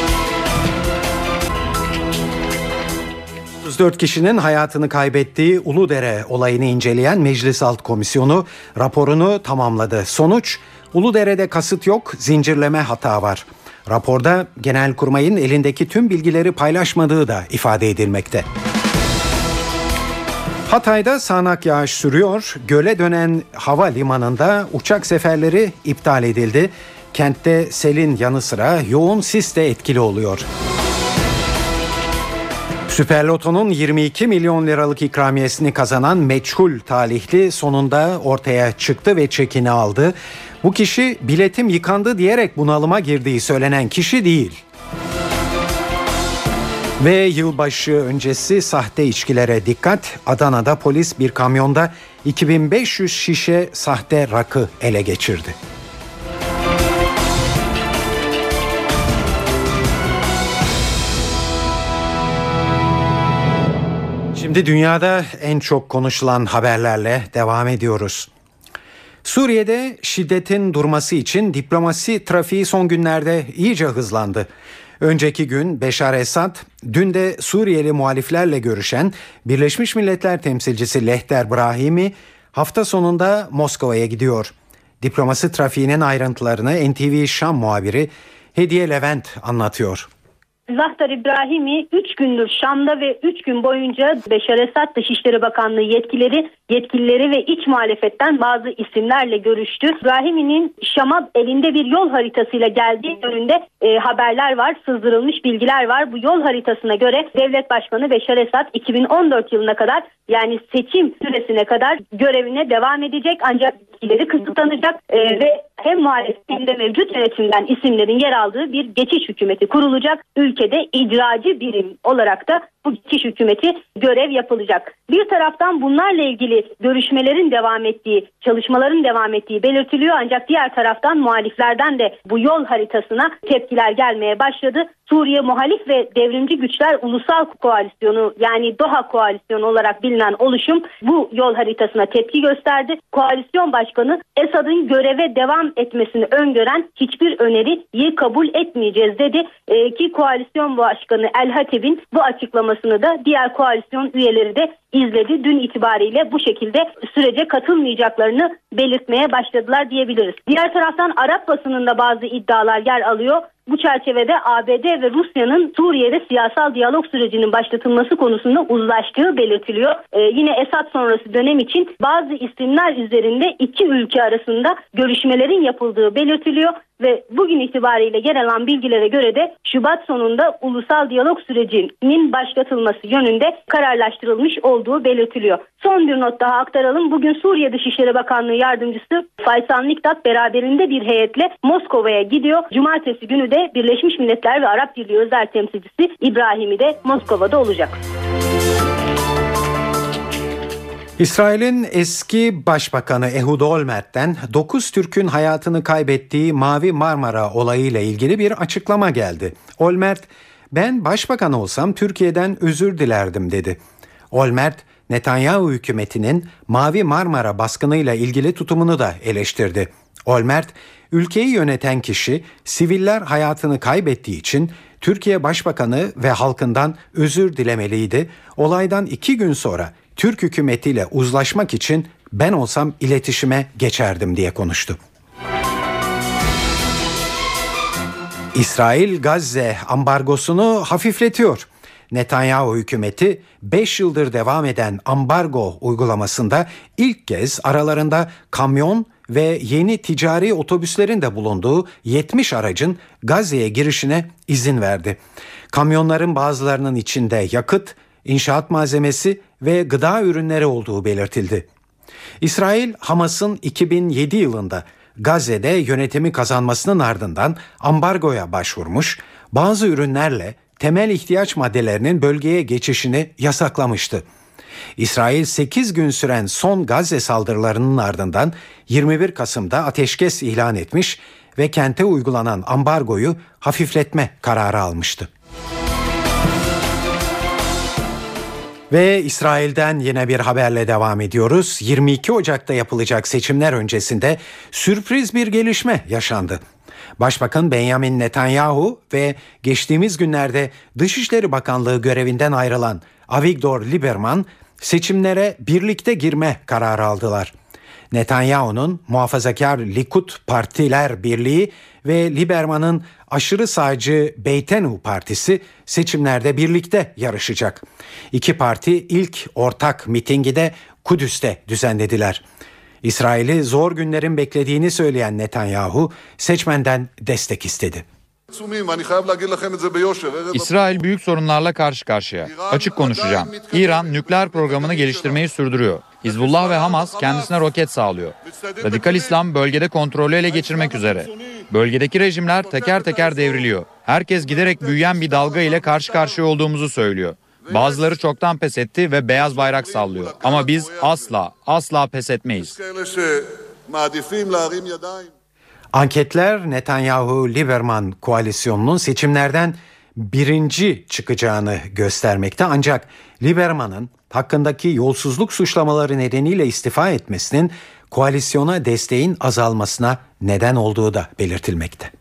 otuz dört kişinin hayatını kaybettiği Uludere olayını inceleyen Meclis Alt Komisyonu raporunu tamamladı. Sonuç, Uludere'de kasıt yok, zincirleme hata var. Raporda Genelkurmay'ın elindeki tüm bilgileri paylaşmadığı da ifade edilmekte. Hatay'da sağanak yağış sürüyor. Göle dönen havalimanında uçak seferleri iptal edildi. Kentte selin yanı sıra yoğun sis de etkili oluyor. Süper Loto'nun yirmi iki milyon liralık ikramiyesini kazanan meçhul talihli sonunda ortaya çıktı ve çekini aldı. Bu kişi biletim yıkandı diyerek bunalıma girdiği söylenen kişi değil. Ve yılbaşı öncesi sahte içkilere dikkat. Adana'da polis bir kamyonda iki bin beş yüz şişe sahte rakı ele geçirdi. Şimdi dünyada en çok konuşulan haberlerle devam ediyoruz. Suriye'de şiddetin durması için diplomasi trafiği son günlerde iyice hızlandı. Önceki gün Beşar Esad, dün de Suriyeli muhaliflerle görüşen Birleşmiş Milletler temsilcisi Lehter Brahimi hafta sonunda Moskova'ya gidiyor. Diplomasi trafiğinin ayrıntılarını N T V Şam muhabiri Hediye Levent anlatıyor. Lehter İbrahimi üç gündür Şam'da ve üç gün boyunca Beşar Esad Dışişleri Bakanlığı yetkileri, yetkilileri ve iç muhalefetten bazı isimlerle görüştü. İbrahimi'nin Şam'a elinde bir yol haritasıyla geldiği yönünde e, haberler var, sızdırılmış bilgiler var. Bu yol haritasına göre Devlet Başkanı Beşar Esad iki bin on dört yılına kadar, yani seçim süresine kadar görevine devam edecek, ancak yetkileri kısıtlanacak e, ve hem muhalefet hem de mevcut yönetimden isimlerin yer aldığı bir geçiş hükümeti kurulacak. Ülkede icracı birim olarak da bu geçiş hükümeti görev yapılacak. Bir taraftan bunlarla ilgili görüşmelerin devam ettiği, çalışmaların devam ettiği belirtiliyor, ancak diğer taraftan muhaliflerden de bu yol haritasına tepkiler gelmeye başladı. Suriye Muhalif ve Devrimci Güçler Ulusal Koalisyonu, yani DOHA Koalisyonu olarak bilinen oluşum bu yol haritasına tepki gösterdi. Koalisyon Başkanı, Esad'ın göreve devam etmesini öngören hiçbir öneriyi kabul etmeyeceğiz dedi. Ee, ki Koalisyon Başkanı El Hatib'in bu açıklamasını da diğer koalisyon üyeleri de izledi. Dün itibariyle bu şekilde sürece katılmayacaklarını belirtmeye başladılar diyebiliriz. Diğer taraftan Arap basınında bazı iddialar yer alıyor. Bu çerçevede A B D ve Rusya'nın Suriye'de siyasal diyalog sürecinin başlatılması konusunda uzlaştığı belirtiliyor. Ee, yine Esad sonrası dönem için bazı isimler üzerinde iki ülke arasında görüşmelerin yapıldığı belirtiliyor ve bugün itibariyle yer alan bilgilere göre de Şubat sonunda ulusal diyalog sürecinin başlatılması yönünde kararlaştırılmış olduğu belirtiliyor. Son bir not daha aktaralım. Bugün Suriye Dışişleri Bakanlığı Yardımcısı Faysal Miktat beraberinde bir heyetle Moskova'ya gidiyor. Cumartesi günü de Birleşmiş Milletler ve Arap Birliği özel temsilcisi İbrahimi de Moskova'da olacak. İsrail'in eski başbakanı Ehud Olmert'ten dokuz Türk'ün hayatını kaybettiği Mavi Marmara olayıyla ilgili bir açıklama geldi. Olmert, "Ben başbakan olsam Türkiye'den özür dilerdim" dedi. Olmert, Netanyahu hükümetinin Mavi Marmara baskınıyla ilgili tutumunu da eleştirdi. Olmert, ülkeyi yöneten kişi siviller hayatını kaybettiği için Türkiye Başbakanı ve halkından özür dilemeliydi. Olaydan iki gün sonra Türk hükümetiyle uzlaşmak için Ben olsam iletişime geçerdim diye konuştu. İsrail Gazze ambargosunu hafifletiyor. Netanyahu hükümeti beş yıldır devam eden ambargo uygulamasında ilk kez aralarında kamyon ve yeni ticari otobüslerin de bulunduğu yetmiş aracın Gazze'ye girişine izin verdi. Kamyonların bazılarının içinde yakıt, inşaat malzemesi ve gıda ürünleri olduğu belirtildi. İsrail, Hamas'ın iki bin yedi yılında Gazze'de yönetimi kazanmasının ardından ambargoya başvurmuş, bazı ürünlerle temel ihtiyaç maddelerinin bölgeye geçişini yasaklamıştı. İsrail sekiz gün süren son Gazze saldırılarının ardından yirmi bir Kasım'da ateşkes ilan etmiş ve kente uygulanan ambargoyu hafifletme kararı almıştı. Ve İsrail'den yine bir haberle devam ediyoruz. yirmi iki Ocak'ta yapılacak seçimler öncesinde sürpriz bir gelişme yaşandı. Başbakan Benjamin Netanyahu ve geçtiğimiz günlerde Dışişleri Bakanlığı görevinden ayrılan Avigdor Lieberman seçimlere birlikte girme kararı aldılar. Netanyahu'nun muhafazakar Likud Partiler Birliği ve Lieberman'ın aşırı sağcı Beitenu Partisi seçimlerde birlikte yarışacak. İki parti ilk ortak mitingi de Kudüs'te düzenlediler. İsrail'i zor günlerin beklediğini söyleyen Netanyahu seçmenden destek istedi. İsrail büyük sorunlarla karşı karşıya. Açık konuşacağım. İran nükleer programını geliştirmeyi sürdürüyor. Hizbullah ve Hamas kendisine roket sağlıyor. Radikal İslam bölgede kontrolü ele geçirmek üzere. Bölgedeki rejimler teker teker devriliyor. Herkes giderek büyüyen bir dalga ile karşı karşıya olduğumuzu söylüyor. Bazıları çoktan pes etti ve beyaz bayrak sallıyor. Ama biz asla, asla pes etmeyiz. Anketler Netanyahu-Lieberman koalisyonunun seçimlerden birinci çıkacağını göstermekte. Ancak Lieberman'ın hakkındaki yolsuzluk suçlamaları nedeniyle istifa etmesinin koalisyona desteğin azalmasına neden olduğu da belirtilmekte.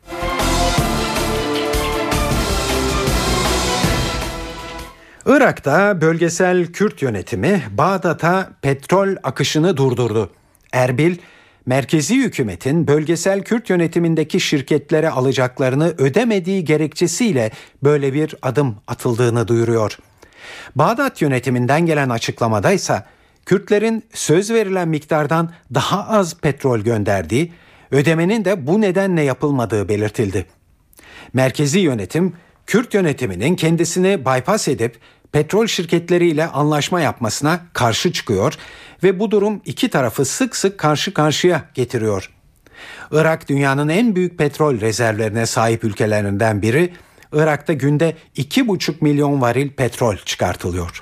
Irak'ta bölgesel Kürt yönetimi Bağdat'a petrol akışını durdurdu. Erbil, merkezi hükümetin bölgesel Kürt yönetimindeki şirketlere alacaklarını ödemediği gerekçesiyle böyle bir adım atıldığını duyuruyor. Bağdat yönetiminden gelen açıklamada ise Kürtlerin söz verilen miktardan daha az petrol gönderdiği, ödemenin de bu nedenle yapılmadığı belirtildi. Merkezi yönetim, Kürt yönetiminin kendisini bypass edip petrol şirketleriyle anlaşma yapmasına karşı çıkıyor ve bu durum iki tarafı sık sık karşı karşıya getiriyor. Irak dünyanın en büyük petrol rezervlerine sahip ülkelerinden biri. Irak'ta günde iki buçuk milyon varil petrol çıkartılıyor.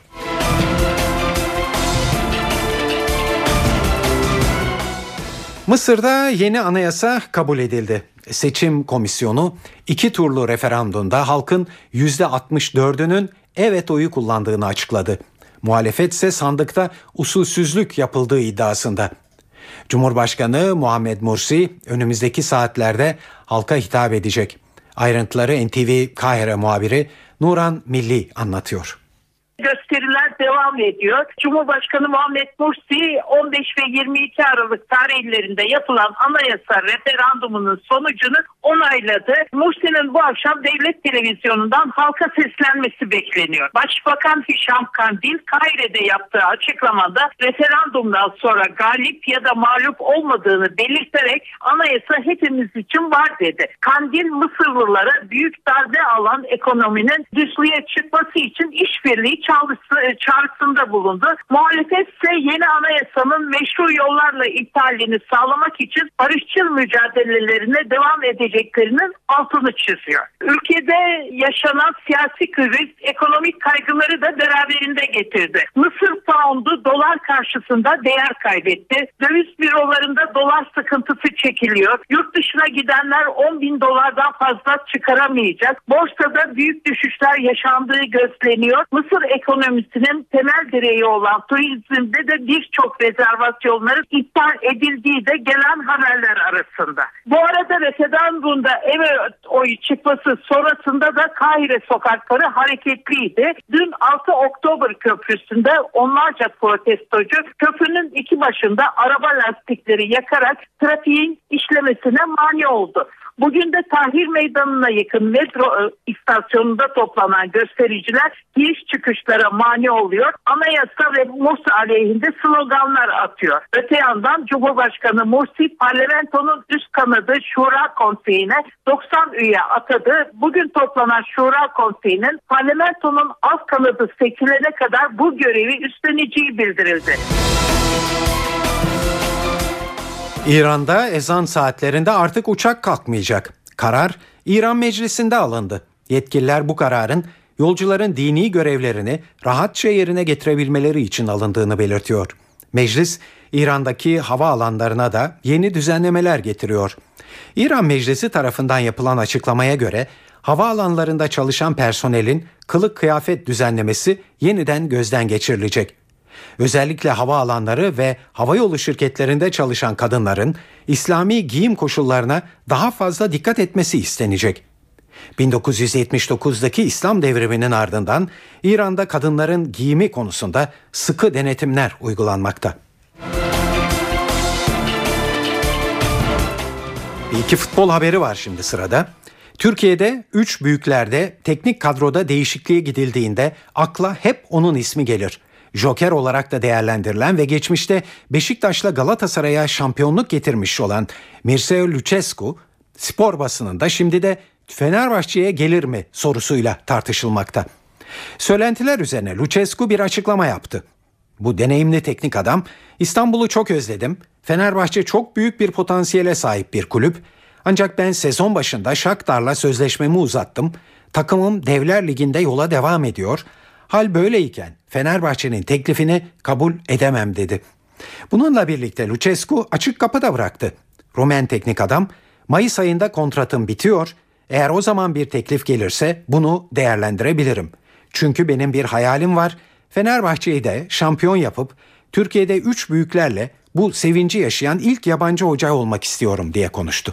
Mısır'da yeni anayasa kabul edildi. Seçim komisyonu iki turlu referandumda halkın yüzde altmış dördünün evet oyu kullandığını açıkladı. Muhalefet ise sandıkta usulsüzlük yapıldığı iddiasında. Cumhurbaşkanı Muhammed Mursi önümüzdeki saatlerde halka hitap edecek. Ayrıntıları N T V Kahire muhabiri Nuran Milli anlatıyor. Gösteriler devam ediyor. Cumhurbaşkanı Muhammed Mursi on beş ve yirmi iki Aralık tarihlerinde yapılan anayasa referandumunun sonucunu onayladı. Mursi'nin bu akşam devlet televizyonundan halka seslenmesi bekleniyor. Başbakan Hişam Kandil Kahire'de yaptığı açıklamada referandumdan sonra galip ya da mağlup olmadığını belirterek anayasa hepimiz için var dedi. Kandil Mısırlılara büyük darbe alan ekonominin düzlüğe çıkması için işbirliği çağrısı, çağrısında bulundu. Muhalefet ise yeni anayasanın meşru yollarla iptalini sağlamak için barışçıl mücadelelerine devam edeceklerinin altını çiziyor. Ülkede yaşanan siyasi kriz ekonomik kaygıları da beraberinde getirdi. Mısır poundu dolar karşısında değer kaybetti. Döviz bürolarında dolar sıkıntısı çekiliyor. Yurt dışına gidenler on bin dolardan fazla çıkaramayacak. Borsada büyük düşüşler yaşandığı gözleniyor. Mısır ekonomisi ekonomisinin temel direği olan turizmde de birçok rezervasyonların iptal edildiği de gelen haberler arasında. Bu arada referandumda evet oyu çıkması sonrasında da Kahire sokakları hareketliydi. Dün altı Oktober Köprüsü'nde onlarca protestocu köprünün iki başında araba lastikleri yakarak trafiğin işlemesine mani oldu. Bugün de Tahrir Meydanı'na yakın metro istasyonunda toplanan göstericiler giriş çıkışlara mani oluyor. Anayasa ve Mursi aleyhinde sloganlar atıyor. Öte yandan Cumhurbaşkanı Mursi parlamentonun üst kanadı Şura Konseyi'ne doksan üye atadı. Bugün toplanan Şura Konseyi'nin parlamentonun alt kanadı seçilene kadar bu görevi üstleneceği bildirildi. İran'da ezan saatlerinde artık uçak kalkmayacak. Karar İran Meclisi'nde alındı. Yetkililer bu kararın yolcuların dini görevlerini rahatça yerine getirebilmeleri için alındığını belirtiyor. Meclis, İran'daki havaalanlarına da yeni düzenlemeler getiriyor. İran Meclisi tarafından yapılan açıklamaya göre havaalanlarında çalışan personelin kılık kıyafet düzenlemesi yeniden gözden geçirilecek. Özellikle havaalanları ve havayolu şirketlerinde çalışan kadınların İslami giyim koşullarına daha fazla dikkat etmesi istenecek. bin dokuz yüz yetmiş dokuzdaki İslam devriminin ardından İran'da kadınların giyimi konusunda sıkı denetimler uygulanmakta. Bir iki futbol haberi var şimdi sırada. Türkiye'de üç büyüklerde teknik kadroda değişikliğe gidildiğinde akla hep onun ismi gelir. Joker olarak da değerlendirilen ve geçmişte Beşiktaş'la Galatasaray'a şampiyonluk getirmiş olan Mircea Lucescu, spor basınında şimdi de Fenerbahçe'ye gelir mi sorusuyla tartışılmakta. Söylentiler üzerine Lucescu bir açıklama yaptı. Bu deneyimli teknik adam, İstanbul'u çok özledim, Fenerbahçe çok büyük bir potansiyele sahip bir kulüp, ancak ben sezon başında Shakhtar'la sözleşmemi uzattım, takımım Devler Ligi'nde yola devam ediyor. Hal böyleyken Fenerbahçe'nin teklifini kabul edemem dedi. Bununla birlikte Lucescu açık kapı da bıraktı. Rumen teknik adam, Mayıs ayında kontratım bitiyor, eğer o zaman bir teklif gelirse bunu değerlendirebilirim. Çünkü benim bir hayalim var, Fenerbahçe'yi de şampiyon yapıp Türkiye'de üç büyüklerle bu sevinci yaşayan ilk yabancı hoca olmak istiyorum diye konuştu.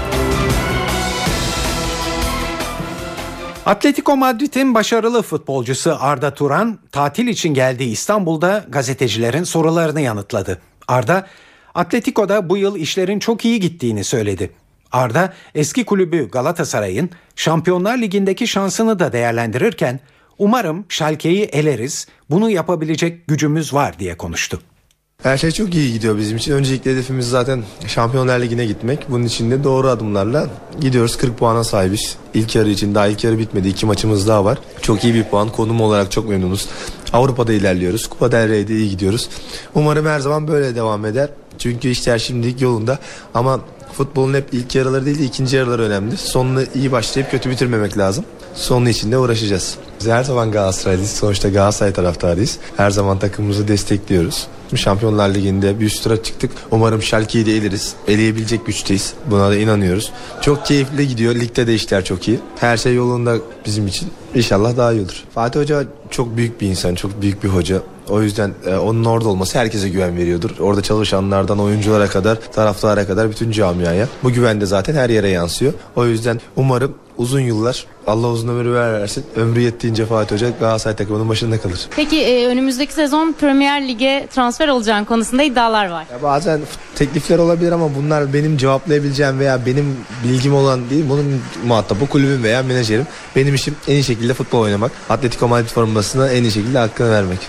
Atletico Madrid'in başarılı futbolcusu Arda Turan, tatil için geldiği İstanbul'da gazetecilerin sorularını yanıtladı. Arda, Atletico'da bu yıl işlerin çok iyi gittiğini söyledi. Arda, eski kulübü Galatasaray'ın Şampiyonlar Ligi'ndeki şansını da değerlendirirken, umarım Schalke'yi eleriz, bunu yapabilecek gücümüz var diye konuştu. Her şey çok iyi gidiyor bizim için. Öncelikle hedefimiz zaten Şampiyonlar Ligi'ne gitmek. Bunun için de doğru adımlarla gidiyoruz. kırk puana sahibiz. İlk yarı için daha ilk yarı bitmedi. İki maçımız daha var. Çok iyi bir puan. Konum olarak çok memnunuz. Avrupa'da ilerliyoruz. Kupa del Rey'de iyi gidiyoruz. Umarım her zaman böyle devam eder. Çünkü işler şimdilik yolunda. Ama futbolun hep ilk yarıları değil de ikinci yarıları önemli. Sonunu iyi başlayıp kötü bitirmemek lazım. Sonun için de uğraşacağız. Biz her zaman Galatasaraylıyız. Sonuçta Galatasaray taraftarıyız. Her zaman takımımızı destekliyoruz. Şampiyonlar Ligi'nde bir üst tura çıktık. Umarım Schalke'yi de eleriz. Eleyebilecek güçteyiz. Buna da inanıyoruz. Çok keyifli gidiyor. Ligde de işler çok iyi. Her şey yolunda bizim için. İnşallah daha iyi olur. Fatih Hoca çok büyük bir insan. Çok büyük bir hoca. O yüzden e, onun orada olması herkese güven veriyordur. Orada çalışanlardan oyunculara kadar, taraftara kadar bütün camiaya. Bu güven de zaten her yere yansıyor. O yüzden umarım uzun yıllar, Allah uzun ömür versin, ömrü yettiğince Fatih Hoca Galatasaray takımının başında kalır. Peki e, önümüzdeki sezon Premier Lig'e transfer olacağın konusunda iddialar var. Ya bazen teklifler olabilir ama bunlar benim cevaplayabileceğim veya benim bilgim olan değil. Bunun muhatabı kulübüm veya menajerim. Benim işim en iyi şekilde futbol oynamak. Atletico Madrid formasına en iyi şekilde hakkını vermek.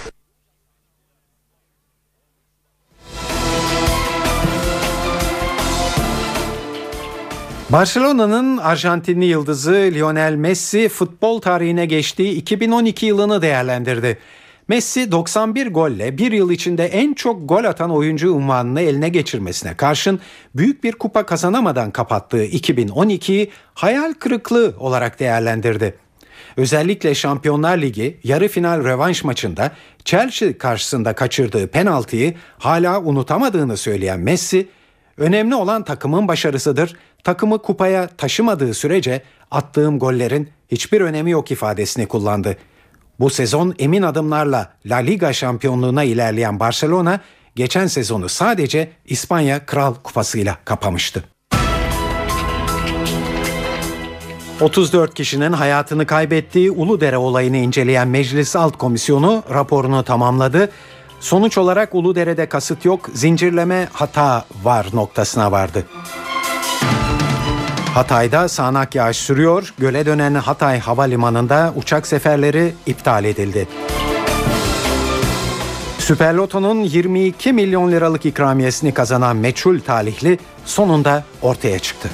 Barcelona'nın Arjantinli yıldızı Lionel Messi futbol tarihine geçtiği iki bin on iki yılını değerlendirdi. Messi doksan bir golle bir yıl içinde en çok gol atan oyuncu unvanını eline geçirmesine karşın büyük bir kupa kazanamadan kapattığı iki bin on ikiyi hayal kırıklığı olarak değerlendirdi. Özellikle Şampiyonlar Ligi yarı final rövanş maçında Chelsea karşısında kaçırdığı penaltıyı hala unutamadığını söyleyen Messi, önemli olan takımın başarısıdır, takımı kupaya taşımadığı sürece attığım gollerin hiçbir önemi yok ifadesini kullandı. Bu sezon emin adımlarla La Liga şampiyonluğuna ilerleyen Barcelona, geçen sezonu sadece İspanya Kral Kupası'yla kapamıştı. otuz dört kişinin hayatını kaybettiği Uludere olayını inceleyen Meclis Alt Komisyonu raporunu tamamladı. Sonuç olarak Uludere'de kasıt yok, zincirleme hata var noktasına vardı. Hatay'da sağanak yağış sürüyor. Göle dönen Hatay Havalimanı'nda uçak seferleri iptal edildi. Süper Loto'nun yirmi iki milyon liralık ikramiyesini kazanan meçhul talihli sonunda ortaya çıktı.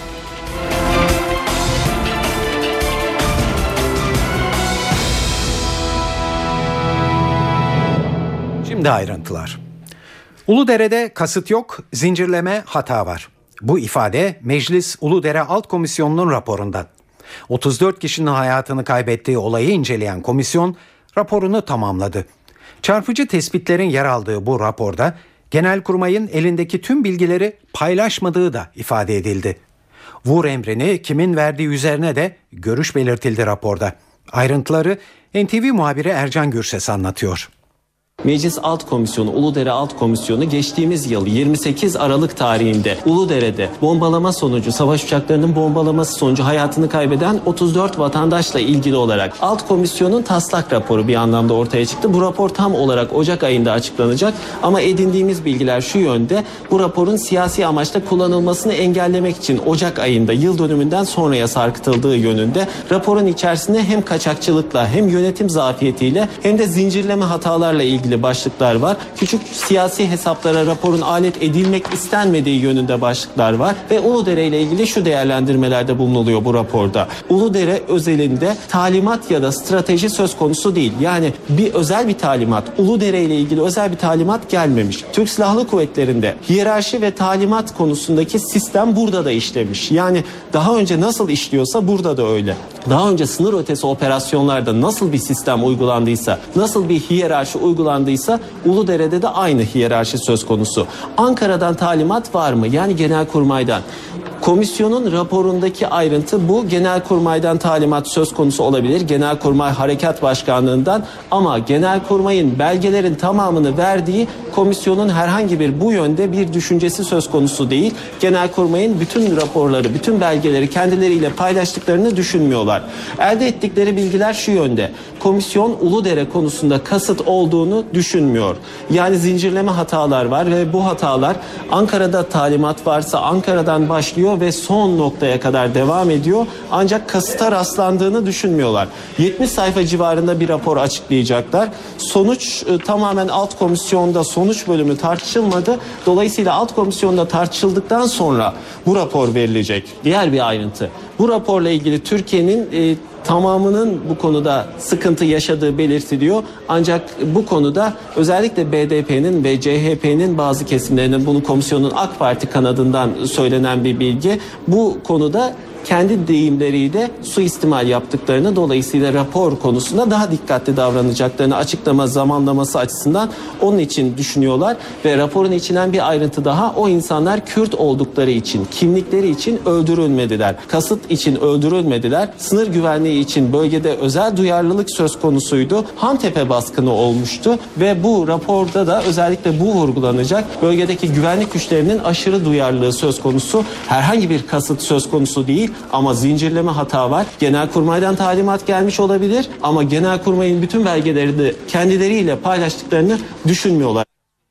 Şimdi ayrıntılar. Uludere'de kasıt yok, zincirleme hata var. Bu ifade Meclis Uludere Alt Komisyonu'nun raporundan. otuz dört kişinin hayatını kaybettiği olayı inceleyen komisyon raporunu tamamladı. Çarpıcı tespitlerin yer aldığı bu raporda Genelkurmay'ın elindeki tüm bilgileri paylaşmadığı da ifade edildi. Vur emrini kimin verdiği üzerine de görüş belirtildi raporda. Ayrıntıları N T V muhabiri Ercan Gürses anlatıyor. Meclis Alt Komisyonu, Uludere Alt Komisyonu geçtiğimiz yıl yirmi sekiz Aralık tarihinde Uludere'de bombalama sonucu, savaş uçaklarının bombalaması sonucu hayatını kaybeden otuz dört vatandaşla ilgili olarak Alt Komisyon'un taslak raporu bir anlamda ortaya çıktı. Bu rapor tam olarak Ocak ayında açıklanacak ama edindiğimiz bilgiler şu yönde: bu raporun siyasi amaçla kullanılmasını engellemek için Ocak ayında yıl dönümünden sonraya sarkıtıldığı yönünde. Raporun içerisinde hem kaçakçılıkla hem yönetim zafiyetiyle hem de zincirleme hatalarla ilgili başlıklar var. Küçük siyasi hesaplara raporun alet edilmek istenmediği yönünde başlıklar var ve Uludere ile ilgili şu değerlendirmelerde bulunuluyor bu raporda. Uludere özelinde talimat ya da strateji söz konusu değil. Yani bir özel bir talimat, Uludere ile ilgili özel bir talimat gelmemiş. Türk Silahlı Kuvvetleri'nde hiyerarşi ve talimat konusundaki sistem burada da işlemiş. Yani daha önce nasıl işliyorsa burada da öyle. Daha önce sınır ötesi operasyonlarda nasıl bir sistem uygulandıysa, nasıl bir hiyerarşi uygulandıysa Uludere'de de aynı hiyerarşi söz konusu. Ankara'dan talimat var mı? Yani Genelkurmay'dan. Komisyonun raporundaki ayrıntı bu. Genelkurmay'dan talimat söz konusu olabilir. Genelkurmay Harekat Başkanlığından, ama Genelkurmay'ın belgelerin tamamını verdiği komisyonun herhangi bir bu yönde bir düşüncesi söz konusu değil. Genelkurmay'ın bütün raporları, bütün belgeleri kendileriyle paylaştıklarını düşünmüyorlar. Elde ettikleri bilgiler şu yönde: komisyon Uludere konusunda kasıt olduğunu düşünmüyor. Yani zincirleme hatalar var ve bu hatalar Ankara'da talimat varsa Ankara'dan başlıyor ve son noktaya kadar devam ediyor. Ancak kasıta rastlandığını düşünmüyorlar. yetmiş sayfa civarında bir rapor açıklayacaklar. Sonuç e, tamamen alt komisyonda sonuç bölümü tartışılmadı. Dolayısıyla alt komisyonda tartışıldıktan sonra bu rapor verilecek. Diğer bir ayrıntı: bu raporla ilgili Türkiye'nin e, tamamının bu konuda sıkıntı yaşadığı belirtiliyor. Ancak bu konuda özellikle B D P'nin ve C H P'nin bazı kesimlerinin, bunu komisyonun AK Parti kanadından söylenen bir bilgi, bu konuda kendi deyimleriyle suistimal yaptıklarını, dolayısıyla rapor konusunda daha dikkatli davranacaklarını açıklama zamanlaması açısından onun için düşünüyorlar. Ve raporun içinden bir ayrıntı daha: o insanlar Kürt oldukları için, kimlikleri için öldürülmediler. Kasıt için öldürülmediler. Sınır güvenliği için bölgede özel duyarlılık söz konusuydu. Hantepe baskını olmuştu ve bu raporda da özellikle bu vurgulanacak. Bölgedeki güvenlik güçlerinin aşırı duyarlılığı söz konusu. Herhangi bir kasıt söz konusu değil. Ama zincirleme hata var. Genelkurmay'dan talimat gelmiş olabilir ama Genelkurmay'ın bütün belgelerini kendileriyle paylaştıklarını düşünmüyorlar.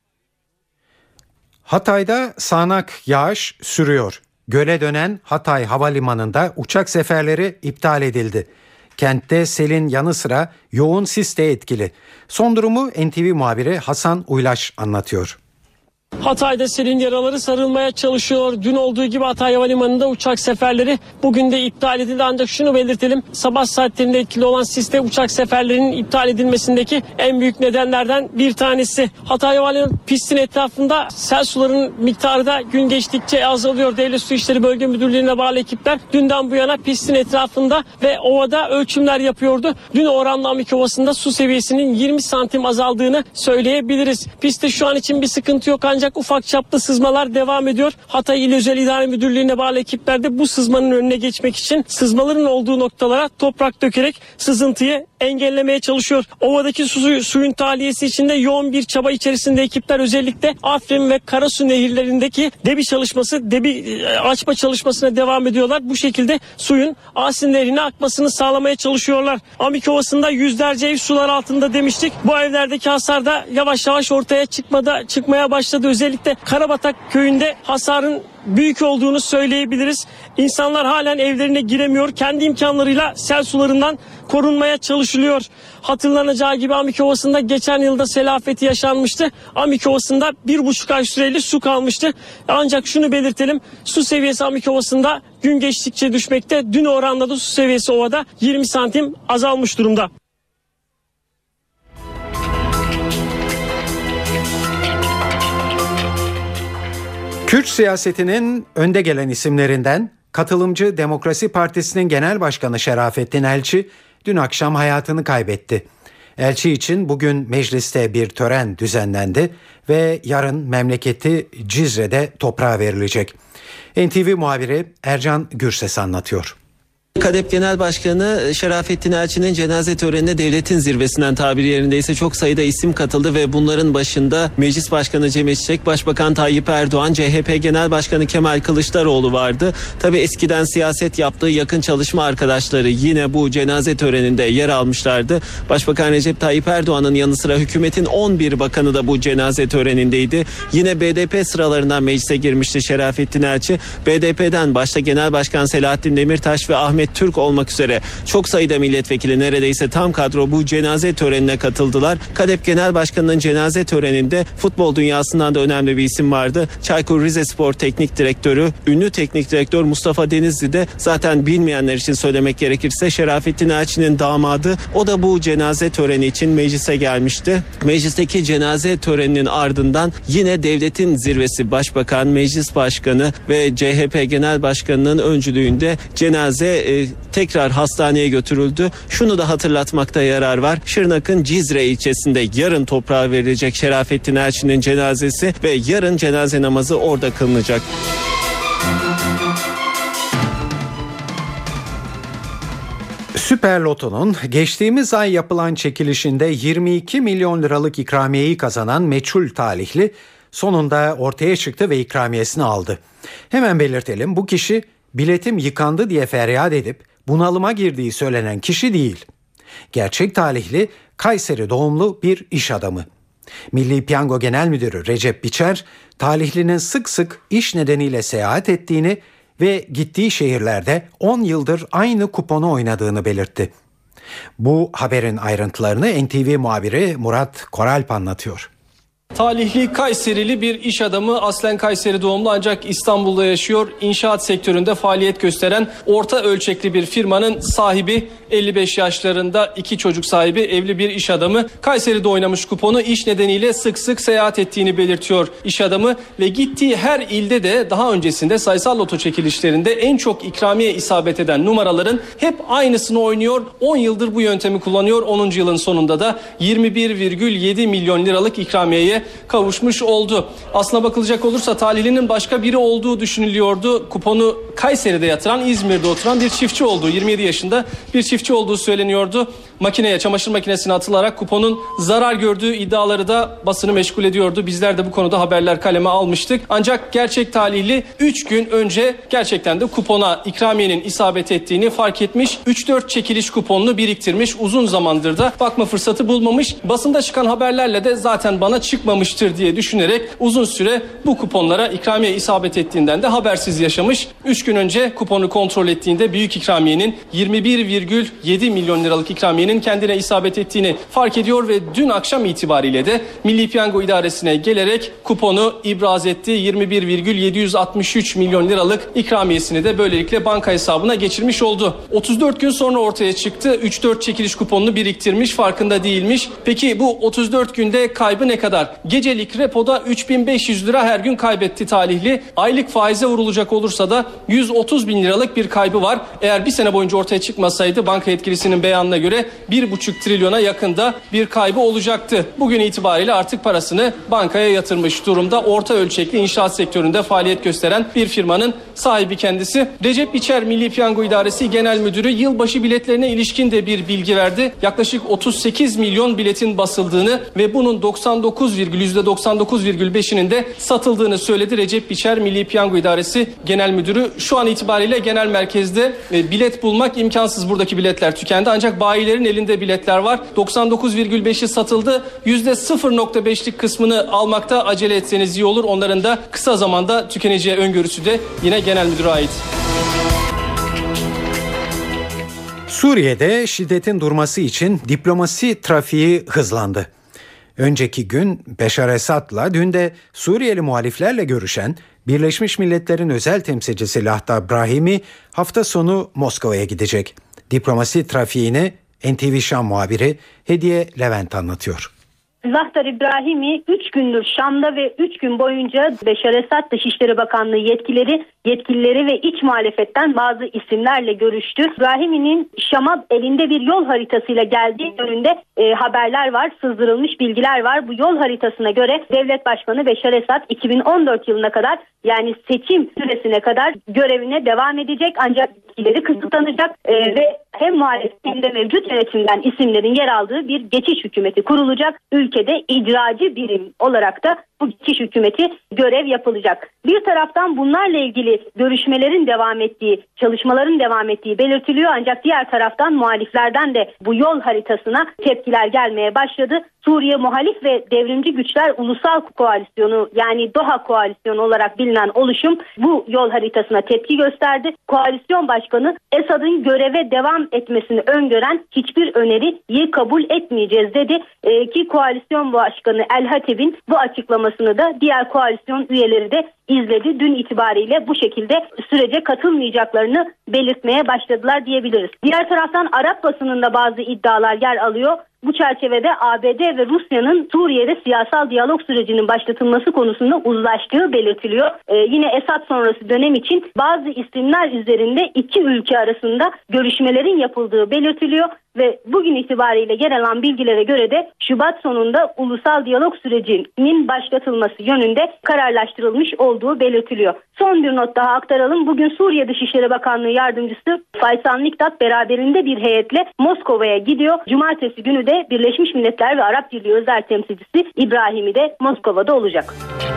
Hatay'da sağanak yağış sürüyor. Göle dönen Hatay Havalimanı'nda uçak seferleri iptal edildi. Kentte selin yanı sıra yoğun sis de etkili. Son durumu N T V muhabiri Hasan Uylaş anlatıyor. Hatay'da selin yaraları sarılmaya çalışıyor. Dün olduğu gibi Hatay Havalimanı'nda uçak seferleri bugün de iptal edildi. Ancak şunu belirtelim: sabah saatlerinde etkili olan siste uçak seferlerinin iptal edilmesindeki en büyük nedenlerden bir tanesi. Hatay Havalimanı pistin etrafında sel sularının miktarı da gün geçtikçe azalıyor. Devlet Su İşleri Bölge Müdürlüğü'ne bağlı ekipler dünden bu yana pistin etrafında ve ovada ölçümler yapıyordu. Dün Orhanlı-Amik Ovası'nda su seviyesinin yirmi santim azaldığını söyleyebiliriz. Pistte şu an için bir sıkıntı yok, ancak ufak çaplı sızmalar devam ediyor. Hatay İl Özel İdare Müdürlüğü'ne bağlı ekipler de bu sızmanın önüne geçmek için sızmaların olduğu noktalara toprak dökerek sızıntıyı engellemeye çalışıyor. Ovadaki su, suyun tahliyesi için de yoğun bir çaba içerisinde ekipler özellikle Afrin ve Karasu nehirlerindeki debi çalışması, debi açma çalışmasına devam ediyorlar. Bu şekilde suyun Asin Nehri'ne akmasını sağlamaya çalışıyorlar. Amik Ovası'nda yüzlerce ev sular altında demiştik. Bu evlerdeki hasar da yavaş yavaş ortaya çıkmada çıkmaya başladı. Özellikle Karabatak köyünde hasarın büyük olduğunu söyleyebiliriz. İnsanlar halen evlerine giremiyor. Kendi imkanlarıyla sel sularından korunmaya çalışılıyor. Hatırlanacağı gibi Amik Ovası'nda geçen yılda sel afeti yaşanmıştı. Amik Ovası'nda bir buçuk ay süreli su kalmıştı. Ancak şunu belirtelim. Su seviyesi Amik Ovası'nda gün geçtikçe düşmekte. Dün oranla da su seviyesi ovada yirmi santim azalmış durumda. Kürt siyasetinin önde gelen isimlerinden Katılımcı Demokrasi Partisi'nin Genel Başkanı Şerafettin Elçi dün akşam hayatını kaybetti. Elçi için bugün mecliste bir tören düzenlendi ve yarın memleketi Cizre'de toprağa verilecek. N T V muhabiri Ercan Gürses anlatıyor. KADEP Genel Başkanı Şerafettin Elçi'nin cenaze törenine devletin zirvesinden tabiri yerindeyse çok sayıda isim katıldı ve bunların başında Meclis Başkanı Cemil Çiçek, Başbakan Tayyip Erdoğan, C H P Genel Başkanı Kemal Kılıçdaroğlu vardı. Tabii eskiden siyaset yaptığı yakın çalışma arkadaşları yine bu cenaze töreninde yer almışlardı. Başbakan Recep Tayyip Erdoğan'ın yanı sıra hükümetin on bir bakanı da bu cenaze törenindeydi. Yine B D P sıralarından meclise girmişti Şerafettin Elçi. B D P'den başta Genel Başkan Selahattin Demirtaş ve Ahmet Türk olmak üzere çok sayıda milletvekili, neredeyse tam kadro bu cenaze törenine katıldılar. KADEP Genel Başkanı'nın cenaze töreninde futbol dünyasından da önemli bir isim vardı. Çaykur Rizespor Teknik Direktörü, ünlü teknik direktör Mustafa Denizli de zaten bilmeyenler için söylemek gerekirse Şerafettin Elçi'nin damadı. O da bu cenaze töreni için meclise gelmişti. Meclisteki cenaze töreninin ardından yine devletin zirvesi Başbakan, Meclis Başkanı ve C H P Genel Başkanı'nın öncülüğünde cenaze e, tekrar hastaneye götürüldü. Şunu da hatırlatmakta yarar var. Şırnak'ın Cizre ilçesinde yarın toprağa verilecek Şerafettin Elçi'nin cenazesi ve yarın cenaze namazı orada kılınacak. Süper Loto'nun geçtiğimiz ay yapılan çekilişinde yirmi iki milyon liralık ikramiyeyi kazanan meçhul talihli sonunda ortaya çıktı ve ikramiyesini aldı. Hemen belirtelim, bu kişi biletim yıkandı diye feryat edip bunalıma girdiği söylenen kişi değil. Gerçek talihli Kayseri doğumlu bir iş adamı. Milli Piyango Genel Müdürü Recep Biçer, talihlinin sık sık iş nedeniyle seyahat ettiğini ve gittiği şehirlerde on yıldır aynı kuponu oynadığını belirtti. Bu haberin ayrıntılarını N T V muhabiri Murat Koralp anlatıyor. Talihli Kayserili bir iş adamı, aslen Kayseri doğumlu ancak İstanbul'da yaşıyor. İnşaat sektöründe faaliyet gösteren orta ölçekli bir firmanın sahibi, elli beş yaşlarında, iki çocuk sahibi, evli bir iş adamı. Kayseri'de oynamış kuponu, iş nedeniyle sık sık seyahat ettiğini belirtiyor iş adamı ve gittiği her ilde de daha öncesinde sayısal loto çekilişlerinde en çok ikramiye isabet eden numaraların hep aynısını oynuyor. on yıldır bu yöntemi kullanıyor. onuncu yılın sonunda da yirmi bir virgül yedi milyon liralık ikramiyeye kavuşmuş oldu. Aslına bakılacak olursa talihlinin başka biri olduğu düşünülüyordu. Kuponu Kayseri'de yatıran, İzmir'de oturan bir çiftçi olduğu, yirmi yedi yaşında bir çiftçi olduğu söyleniyordu. Makineye, çamaşır makinesine atılarak kuponun zarar gördüğü iddiaları da basını meşgul ediyordu. Bizler de bu konuda haberler kaleme almıştık. Ancak gerçek talihli üç gün önce gerçekten de kupona ikramiyenin isabet ettiğini fark etmiş. üç dört çekiliş kuponunu biriktirmiş. Uzun zamandır da bakma fırsatı bulmamış. Basında çıkan haberlerle de zaten bana çıkmamıştır diye düşünerek uzun süre bu kuponlara ikramiye isabet ettiğinden de habersiz yaşamış. üç gün önce kuponu kontrol ettiğinde büyük ikramiyenin yirmi bir virgül yedi milyon liralık ikramiyenin kendine isabet ettiğini fark ediyor ve dün akşam itibariyle de Milli Piyango İdaresi'ne gelerek kuponu ibraz etti. yirmi bir virgül yedi yüz altmış üç milyon liralık ikramiyesini de böylelikle banka hesabına geçirmiş oldu. otuz dört gün sonra ortaya çıktı. üç dört çekiliş kuponunu biriktirmiş, farkında değilmiş. Peki bu otuz dört günde kaybı ne kadar? Gecelik repoda üç bin beş yüz lira her gün kaybetti talihli. Aylık faize vurulacak olursa da yüz otuz bin liralık bir kaybı var. Eğer bir sene boyunca ortaya çıkmasaydı banka yetkilisinin beyanına göre bir buçuk trilyona yakında bir kaybı olacaktı. Bugün itibariyle artık parasını bankaya yatırmış durumda. Orta ölçekli inşaat sektöründe faaliyet gösteren bir firmanın sahibi kendisi. Recep Biçer Milli Piyango İdaresi Genel Müdürü yılbaşı biletlerine ilişkin de bir bilgi verdi. Yaklaşık otuz sekiz milyon biletin basıldığını ve bunun doksan dokuz yüzde doksan dokuz virgül beşinin de satıldığını söyledi. Recep Biçer Milli Piyango İdaresi Genel Müdürü. Şu an itibariyle genel merkezde bilet bulmak imkansız. Buradaki biletler tükendi. Ancak bayilerin elinde biletler var. doksan dokuz virgül beşi satıldı. yüzde sıfır virgül beşlik kısmını almakta acele etseniz iyi olur. Onların da kısa zamanda tükeneceği öngörüsü de yine genel müdüre ait. Suriye'de şiddetin durması için diplomasi trafiği hızlandı. Önceki gün Beşar Esad'la dün de Suriyeli muhaliflerle görüşen Birleşmiş Milletler'in özel temsilcisi Lahta Brahimi hafta sonu Moskova'ya gidecek. Diplomasi trafiğini N T V Şam muhabiri Hediye Levent anlatıyor. Lahtar İbrahimi üç gündür Şam'da ve üç gün boyunca Beşar Esad Dışişleri Bakanlığı yetkileri, yetkilileri ve iç muhalefetten bazı isimlerle görüştü. İbrahimi'nin Şam'a elinde bir yol haritasıyla geldiği yönünde e, haberler var, sızdırılmış bilgiler var. Bu yol haritasına göre Devlet Başkanı Beşar Esad iki bin on dört yılına kadar, yani seçim süresine kadar görevine devam edecek, ancak yetkileri kısıtlanacak e, ve hem muhalefet hem de mevcut yönetimden isimlerin yer aldığı bir geçiş hükümeti kurulacak. Ülkede icracı birim olarak da bu geçiş hükümeti görev yapılacak. Bir taraftan bunlarla ilgili görüşmelerin devam ettiği, çalışmaların devam ettiği belirtiliyor, ancak diğer taraftan muhaliflerden de bu yol haritasına tepkiler gelmeye başladı. Suriye Muhalif ve Devrimci Güçler Ulusal Koalisyonu, yani Doha Koalisyonu olarak bilinen oluşum bu yol haritasına tepki gösterdi. Koalisyon Başkanı Esad'ın göreve devam etmesini öngören hiçbir öneriyi kabul etmeyeceğiz dedi. Ee, ki Koalisyon Başkanı El Hatib'in bu açıklamasını da diğer koalisyon üyeleri de izledi. Dün itibariyle bu şekilde sürece katılmayacaklarını belirtmeye başladılar diyebiliriz. Diğer taraftan Arap basınında bazı iddialar yer alıyor. Bu çerçevede A B D ve Rusya'nın Suriye'de siyasal diyalog sürecinin başlatılması konusunda uzlaştığı belirtiliyor. Ee, yine Esad sonrası dönem için bazı isimler üzerinde iki ülke arasında görüşmelerin yapıldığı belirtiliyor ve bugün itibariyle yer alan bilgilere göre de Şubat sonunda ulusal diyalog sürecinin başlatılması yönünde kararlaştırılmış olduğu belirtiliyor. Son bir not daha aktaralım. Bugün Suriye Dışişleri Bakanlığı Yardımcısı Faysal Miktat beraberinde bir heyetle Moskova'ya gidiyor. Cumartesi günü de Birleşmiş Milletler ve Arap Birliği özel temsilcisi İbrahimi de Moskova'da olacak.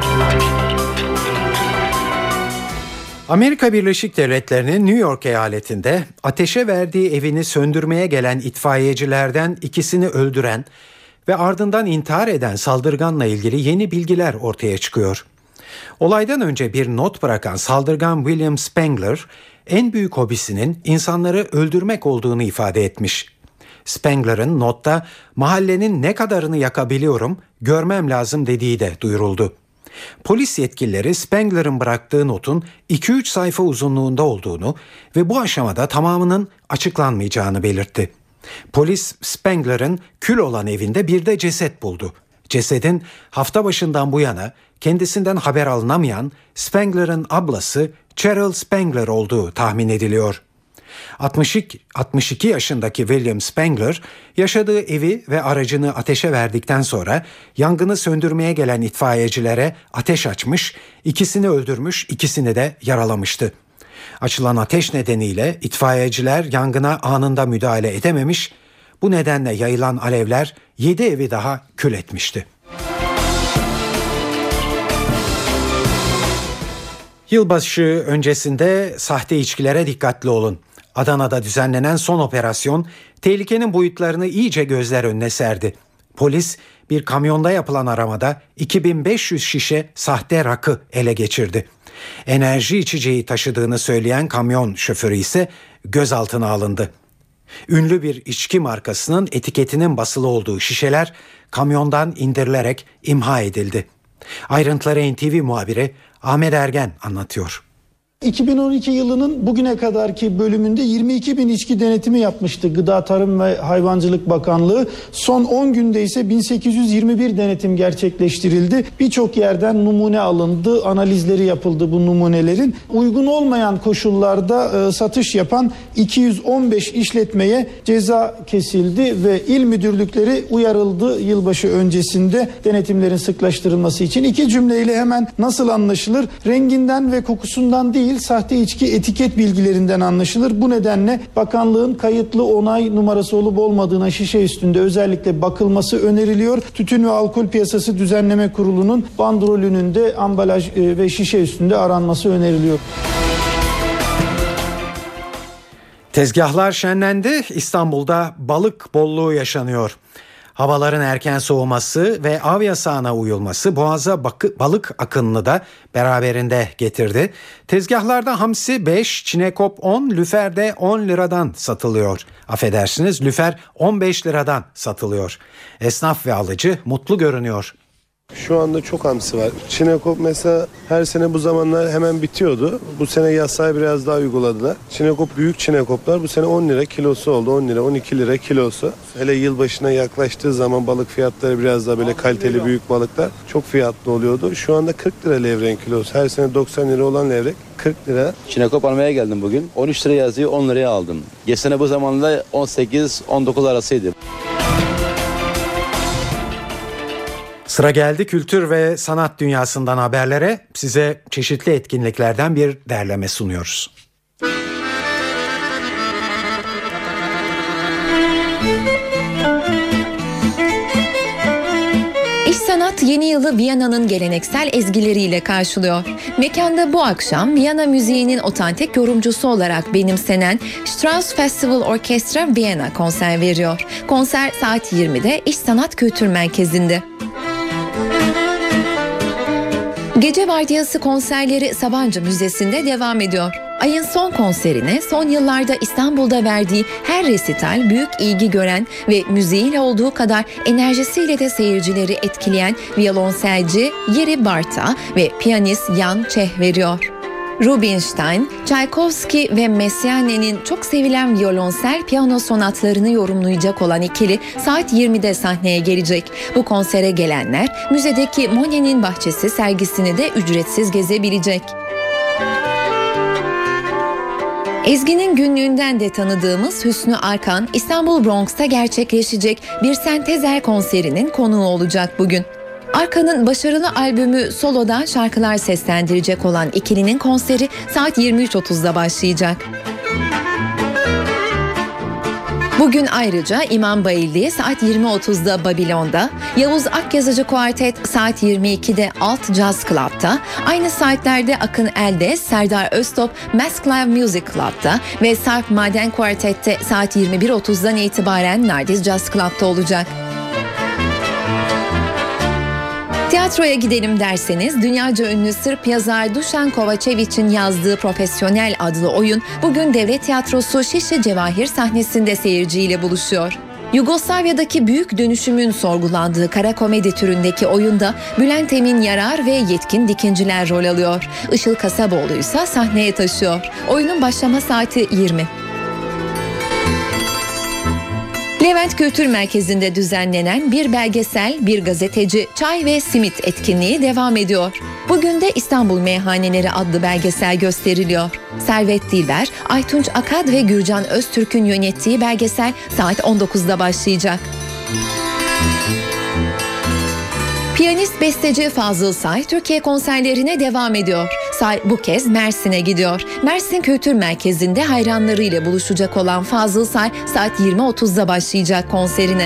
Amerika Birleşik Devletleri'nin New York eyaletinde ateşe verdiği evini söndürmeye gelen itfaiyecilerden ikisini öldüren ve ardından intihar eden saldırganla ilgili yeni bilgiler ortaya çıkıyor. Olaydan önce bir not bırakan saldırgan William Spangler, en büyük hobisinin insanları öldürmek olduğunu ifade etmiş. Spangler'ın notta mahallenin ne kadarını yakabiliyorum, görmem lazım dediği de duyuruldu. Polis yetkilileri Spangler'ın bıraktığı notun iki üç sayfa uzunluğunda olduğunu ve bu aşamada tamamının açıklanmayacağını belirtti. Polis Spangler'ın kül olan evinde bir de ceset buldu. Cesedin hafta başından bu yana kendisinden haber alınamayan Spangler'ın ablası Cheryl Spangler olduğu tahmin ediliyor. altmış iki yaşındaki William Spangler yaşadığı evi ve aracını ateşe verdikten sonra yangını söndürmeye gelen itfaiyecilere ateş açmış, ikisini öldürmüş, ikisini de yaralamıştı. Açılan ateş nedeniyle itfaiyeciler yangına anında müdahale edememiş, bu nedenle yayılan alevler yedi evi daha kül etmişti. Yılbaşı öncesinde sahte içkilere dikkatli olun. Adana'da düzenlenen son operasyon tehlikenin boyutlarını iyice gözler önüne serdi. Polis bir kamyonda yapılan aramada iki bin beş yüz şişe sahte rakı ele geçirdi. Enerji içeceği taşıdığını söyleyen kamyon şoförü ise gözaltına alındı. Ünlü bir içki markasının etiketinin basılı olduğu şişeler kamyondan indirilerek imha edildi. Ayrıntıları N T V muhabiri Ahmet Ergen anlatıyor. iki bin on iki yılının bugüne kadarki bölümünde yirmi iki bin içki denetimi yapmıştı Gıda Tarım ve Hayvancılık Bakanlığı. Son on günde ise bin sekiz yüz yirmi bir denetim gerçekleştirildi. Birçok yerden numune alındı, analizleri yapıldı bu numunelerin. Uygun olmayan koşullarda e, satış yapan iki yüz on beş işletmeye ceza kesildi ve il müdürlükleri uyarıldı yılbaşı öncesinde denetimlerin sıklaştırılması için. İki cümleyle hemen nasıl anlaşılır? Renginden ve kokusundan değil, sahte içki etiket bilgilerinden anlaşılır. Bu nedenle bakanlığın kayıtlı onay numarası olup olmadığına şişe üstünde özellikle bakılması öneriliyor. Tütün ve Alkol Piyasası Düzenleme Kurulu'nun bandrolünün de ambalaj ve şişe üstünde aranması öneriliyor. Tezgahlar şenlendi. İstanbul'da balık bolluğu yaşanıyor. Havaların erken soğuması ve av yasağına uyulması boğaza bakı, balık akınını da beraberinde getirdi. Tezgahlarda hamsi beş, çinekop on, lüfer de on liradan satılıyor. Affedersiniz, lüfer on beş liradan satılıyor. Esnaf ve alıcı mutlu görünüyor. Şu anda çok hamsi var. Çinekop mesela her sene bu zamanlar hemen bitiyordu. Bu sene yasağı biraz daha uyguladılar. Çinekop, büyük çinekoplar bu sene on lira kilosu oldu. on lira, on iki lira kilosu. Hele yılbaşına yaklaştığı zaman balık fiyatları biraz daha böyle kaliteli büyük balıklar çok fiyatlı oluyordu. Şu anda kırk lira levreğin kilosu. Her sene doksan lira olan levrek kırk lira. Çinekop almaya geldim bugün. on üç lira yazıyor, on liraya aldım. Geçen bu zamanda on sekiz on dokuz arasıydı. Sıra geldi kültür ve sanat dünyasından haberlere. Size çeşitli etkinliklerden bir derleme sunuyoruz. İş Sanat yeni yılı Viyana'nın geleneksel ezgileriyle karşılıyor. Mekanda bu akşam Viyana müziğinin otantik yorumcusu olarak benimsenen Strauss Festival Orchestra Viyana konser veriyor. Konser saat yirmide İş Sanat Kültür Merkezi'nde. Gece vardiyası konserleri Sabancı Müzesi'nde devam ediyor. Ayın son konserine son yıllarda İstanbul'da verdiği her resital büyük ilgi gören ve müziğiyle olduğu kadar enerjisiyle de seyircileri etkileyen viyolonselci Yeri Barta ve piyanist Jan Čech veriyor. Rubinstein, Tchaikovsky ve Messiaen'in çok sevilen violonsel piyano sonatlarını yorumlayacak olan ikili saat yirmide sahneye gelecek. Bu konsere gelenler müzedeki Monet'in bahçesi sergisini de ücretsiz gezebilecek. Ezgi'nin günlüğünden de tanıdığımız Hüsnü Arkan, İstanbul Bronx'ta gerçekleşecek bir sentezer konserinin konuğu olacak bugün. Arkan'ın başarılı albümü Solo'dan şarkılar seslendirecek olan ikilinin konseri saat yirmi üç otuzda başlayacak. Bugün ayrıca İmam Bayildi saat yirmi otuzda Babilon'da, Yavuz Akyazıcı Kuartet saat yirmi ikide Alt Jazz Club'ta, aynı saatlerde Akın Eldes, Serdar Öztop Mask Live Music Club'ta ve Sarp Maden Kuartet'te saat yirmi bir otuzdan itibaren Nardiz Jazz Club'ta olacak. Tiyatroya gidelim derseniz dünyaca ünlü Sırp yazar Dušan Kovačević'in yazdığı Profesyonel adlı oyun bugün Devlet Tiyatrosu Şişli Cevahir sahnesinde seyirciyle buluşuyor. Yugoslavya'daki büyük dönüşümün sorgulandığı kara komedi türündeki oyunda Bülent Emin Yarar ve Yetkin Dikinciler rol alıyor. Işıl Kasaboğlu ise sahneye taşıyor. Oyunun başlama saati yirmi. Levent Kültür Merkezi'nde düzenlenen bir belgesel, bir gazeteci, çay ve simit etkinliği devam ediyor. Bugün de İstanbul Meyhaneleri adlı belgesel gösteriliyor. Servet Dilber, Aytunç Akad ve Gürcan Öztürk'ün yönettiği belgesel saat on dokuzda başlayacak. Piyanist besteci Fazıl Say Türkiye konserlerine devam ediyor. Say bu kez Mersin'e gidiyor. Mersin Kültür Merkezi'nde hayranlarıyla buluşacak olan Fazıl Say saat yirmi otuzda başlayacak konserine.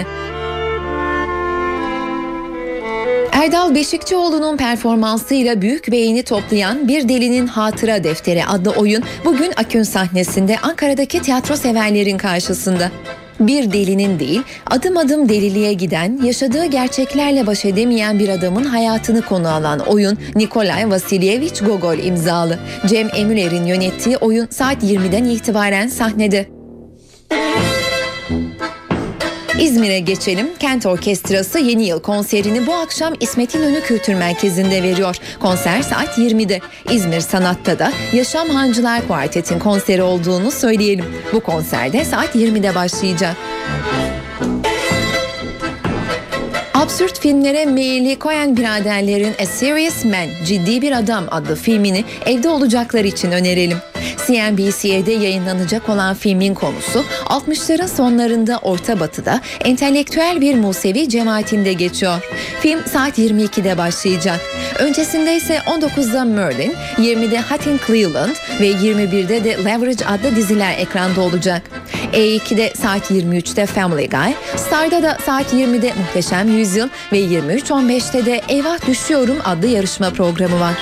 Erdal Beşikçioğlu'nun performansıyla büyük beğeni toplayan Bir Delinin Hatıra Defteri adlı oyun bugün Akün sahnesinde Ankara'daki tiyatro severlerin karşısında. Bir delinin değil, adım adım deliliğe giden, yaşadığı gerçeklerle baş edemeyen bir adamın hayatını konu alan oyun Nikolay Vasilyevich Gogol imzalı. Cem Emüler'in yönettiği oyun saat yirmiden itibaren sahnede. İzmir'e geçelim. Kent Orkestrası yeni yıl konserini bu akşam İsmet İnönü Kültür Merkezi'nde veriyor. Konser saat yirmide. İzmir Sanat'ta da Yaşam Hancılar Kuartet'in konseri olduğunu söyleyelim. Bu konserde saat yirmide başlayacak. Absürt filmlere meyilli Coen biraderlerin A Serious Man, Ciddi Bir Adam adlı filmini evde olacaklar için önerelim. C N B C'de yayınlanacak olan filmin konusu altmışların sonlarında Orta Batı'da entelektüel bir Musevi cemaatinde geçiyor. Film saat yirmi ikide başlayacak. Öncesinde ise on dokuzda Merlin, yirmide Hot in Cleveland ve yirmi birde de Leverage adlı diziler ekranda olacak. E iki'de saat yirmi üçte Family Guy, Star'da da saat yirmide Muhteşem Yüzyıl ve yirmi üç on beşte de Eyvah Düşüyorum adlı yarışma programı var.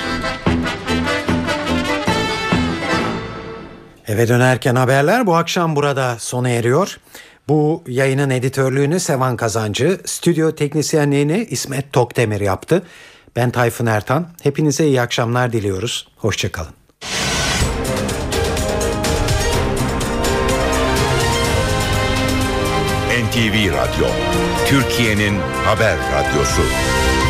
Eve dönerken haberler bu akşam burada sona eriyor. Bu yayının editörlüğünü Sevan Kazancı, stüdyo teknisyenliğini İsmet Tokdemir yaptı. Ben Tayfun Ertan. Hepinize iyi akşamlar diliyoruz. Hoşçakalın. N T V Radyo, Türkiye'nin haber radyosu.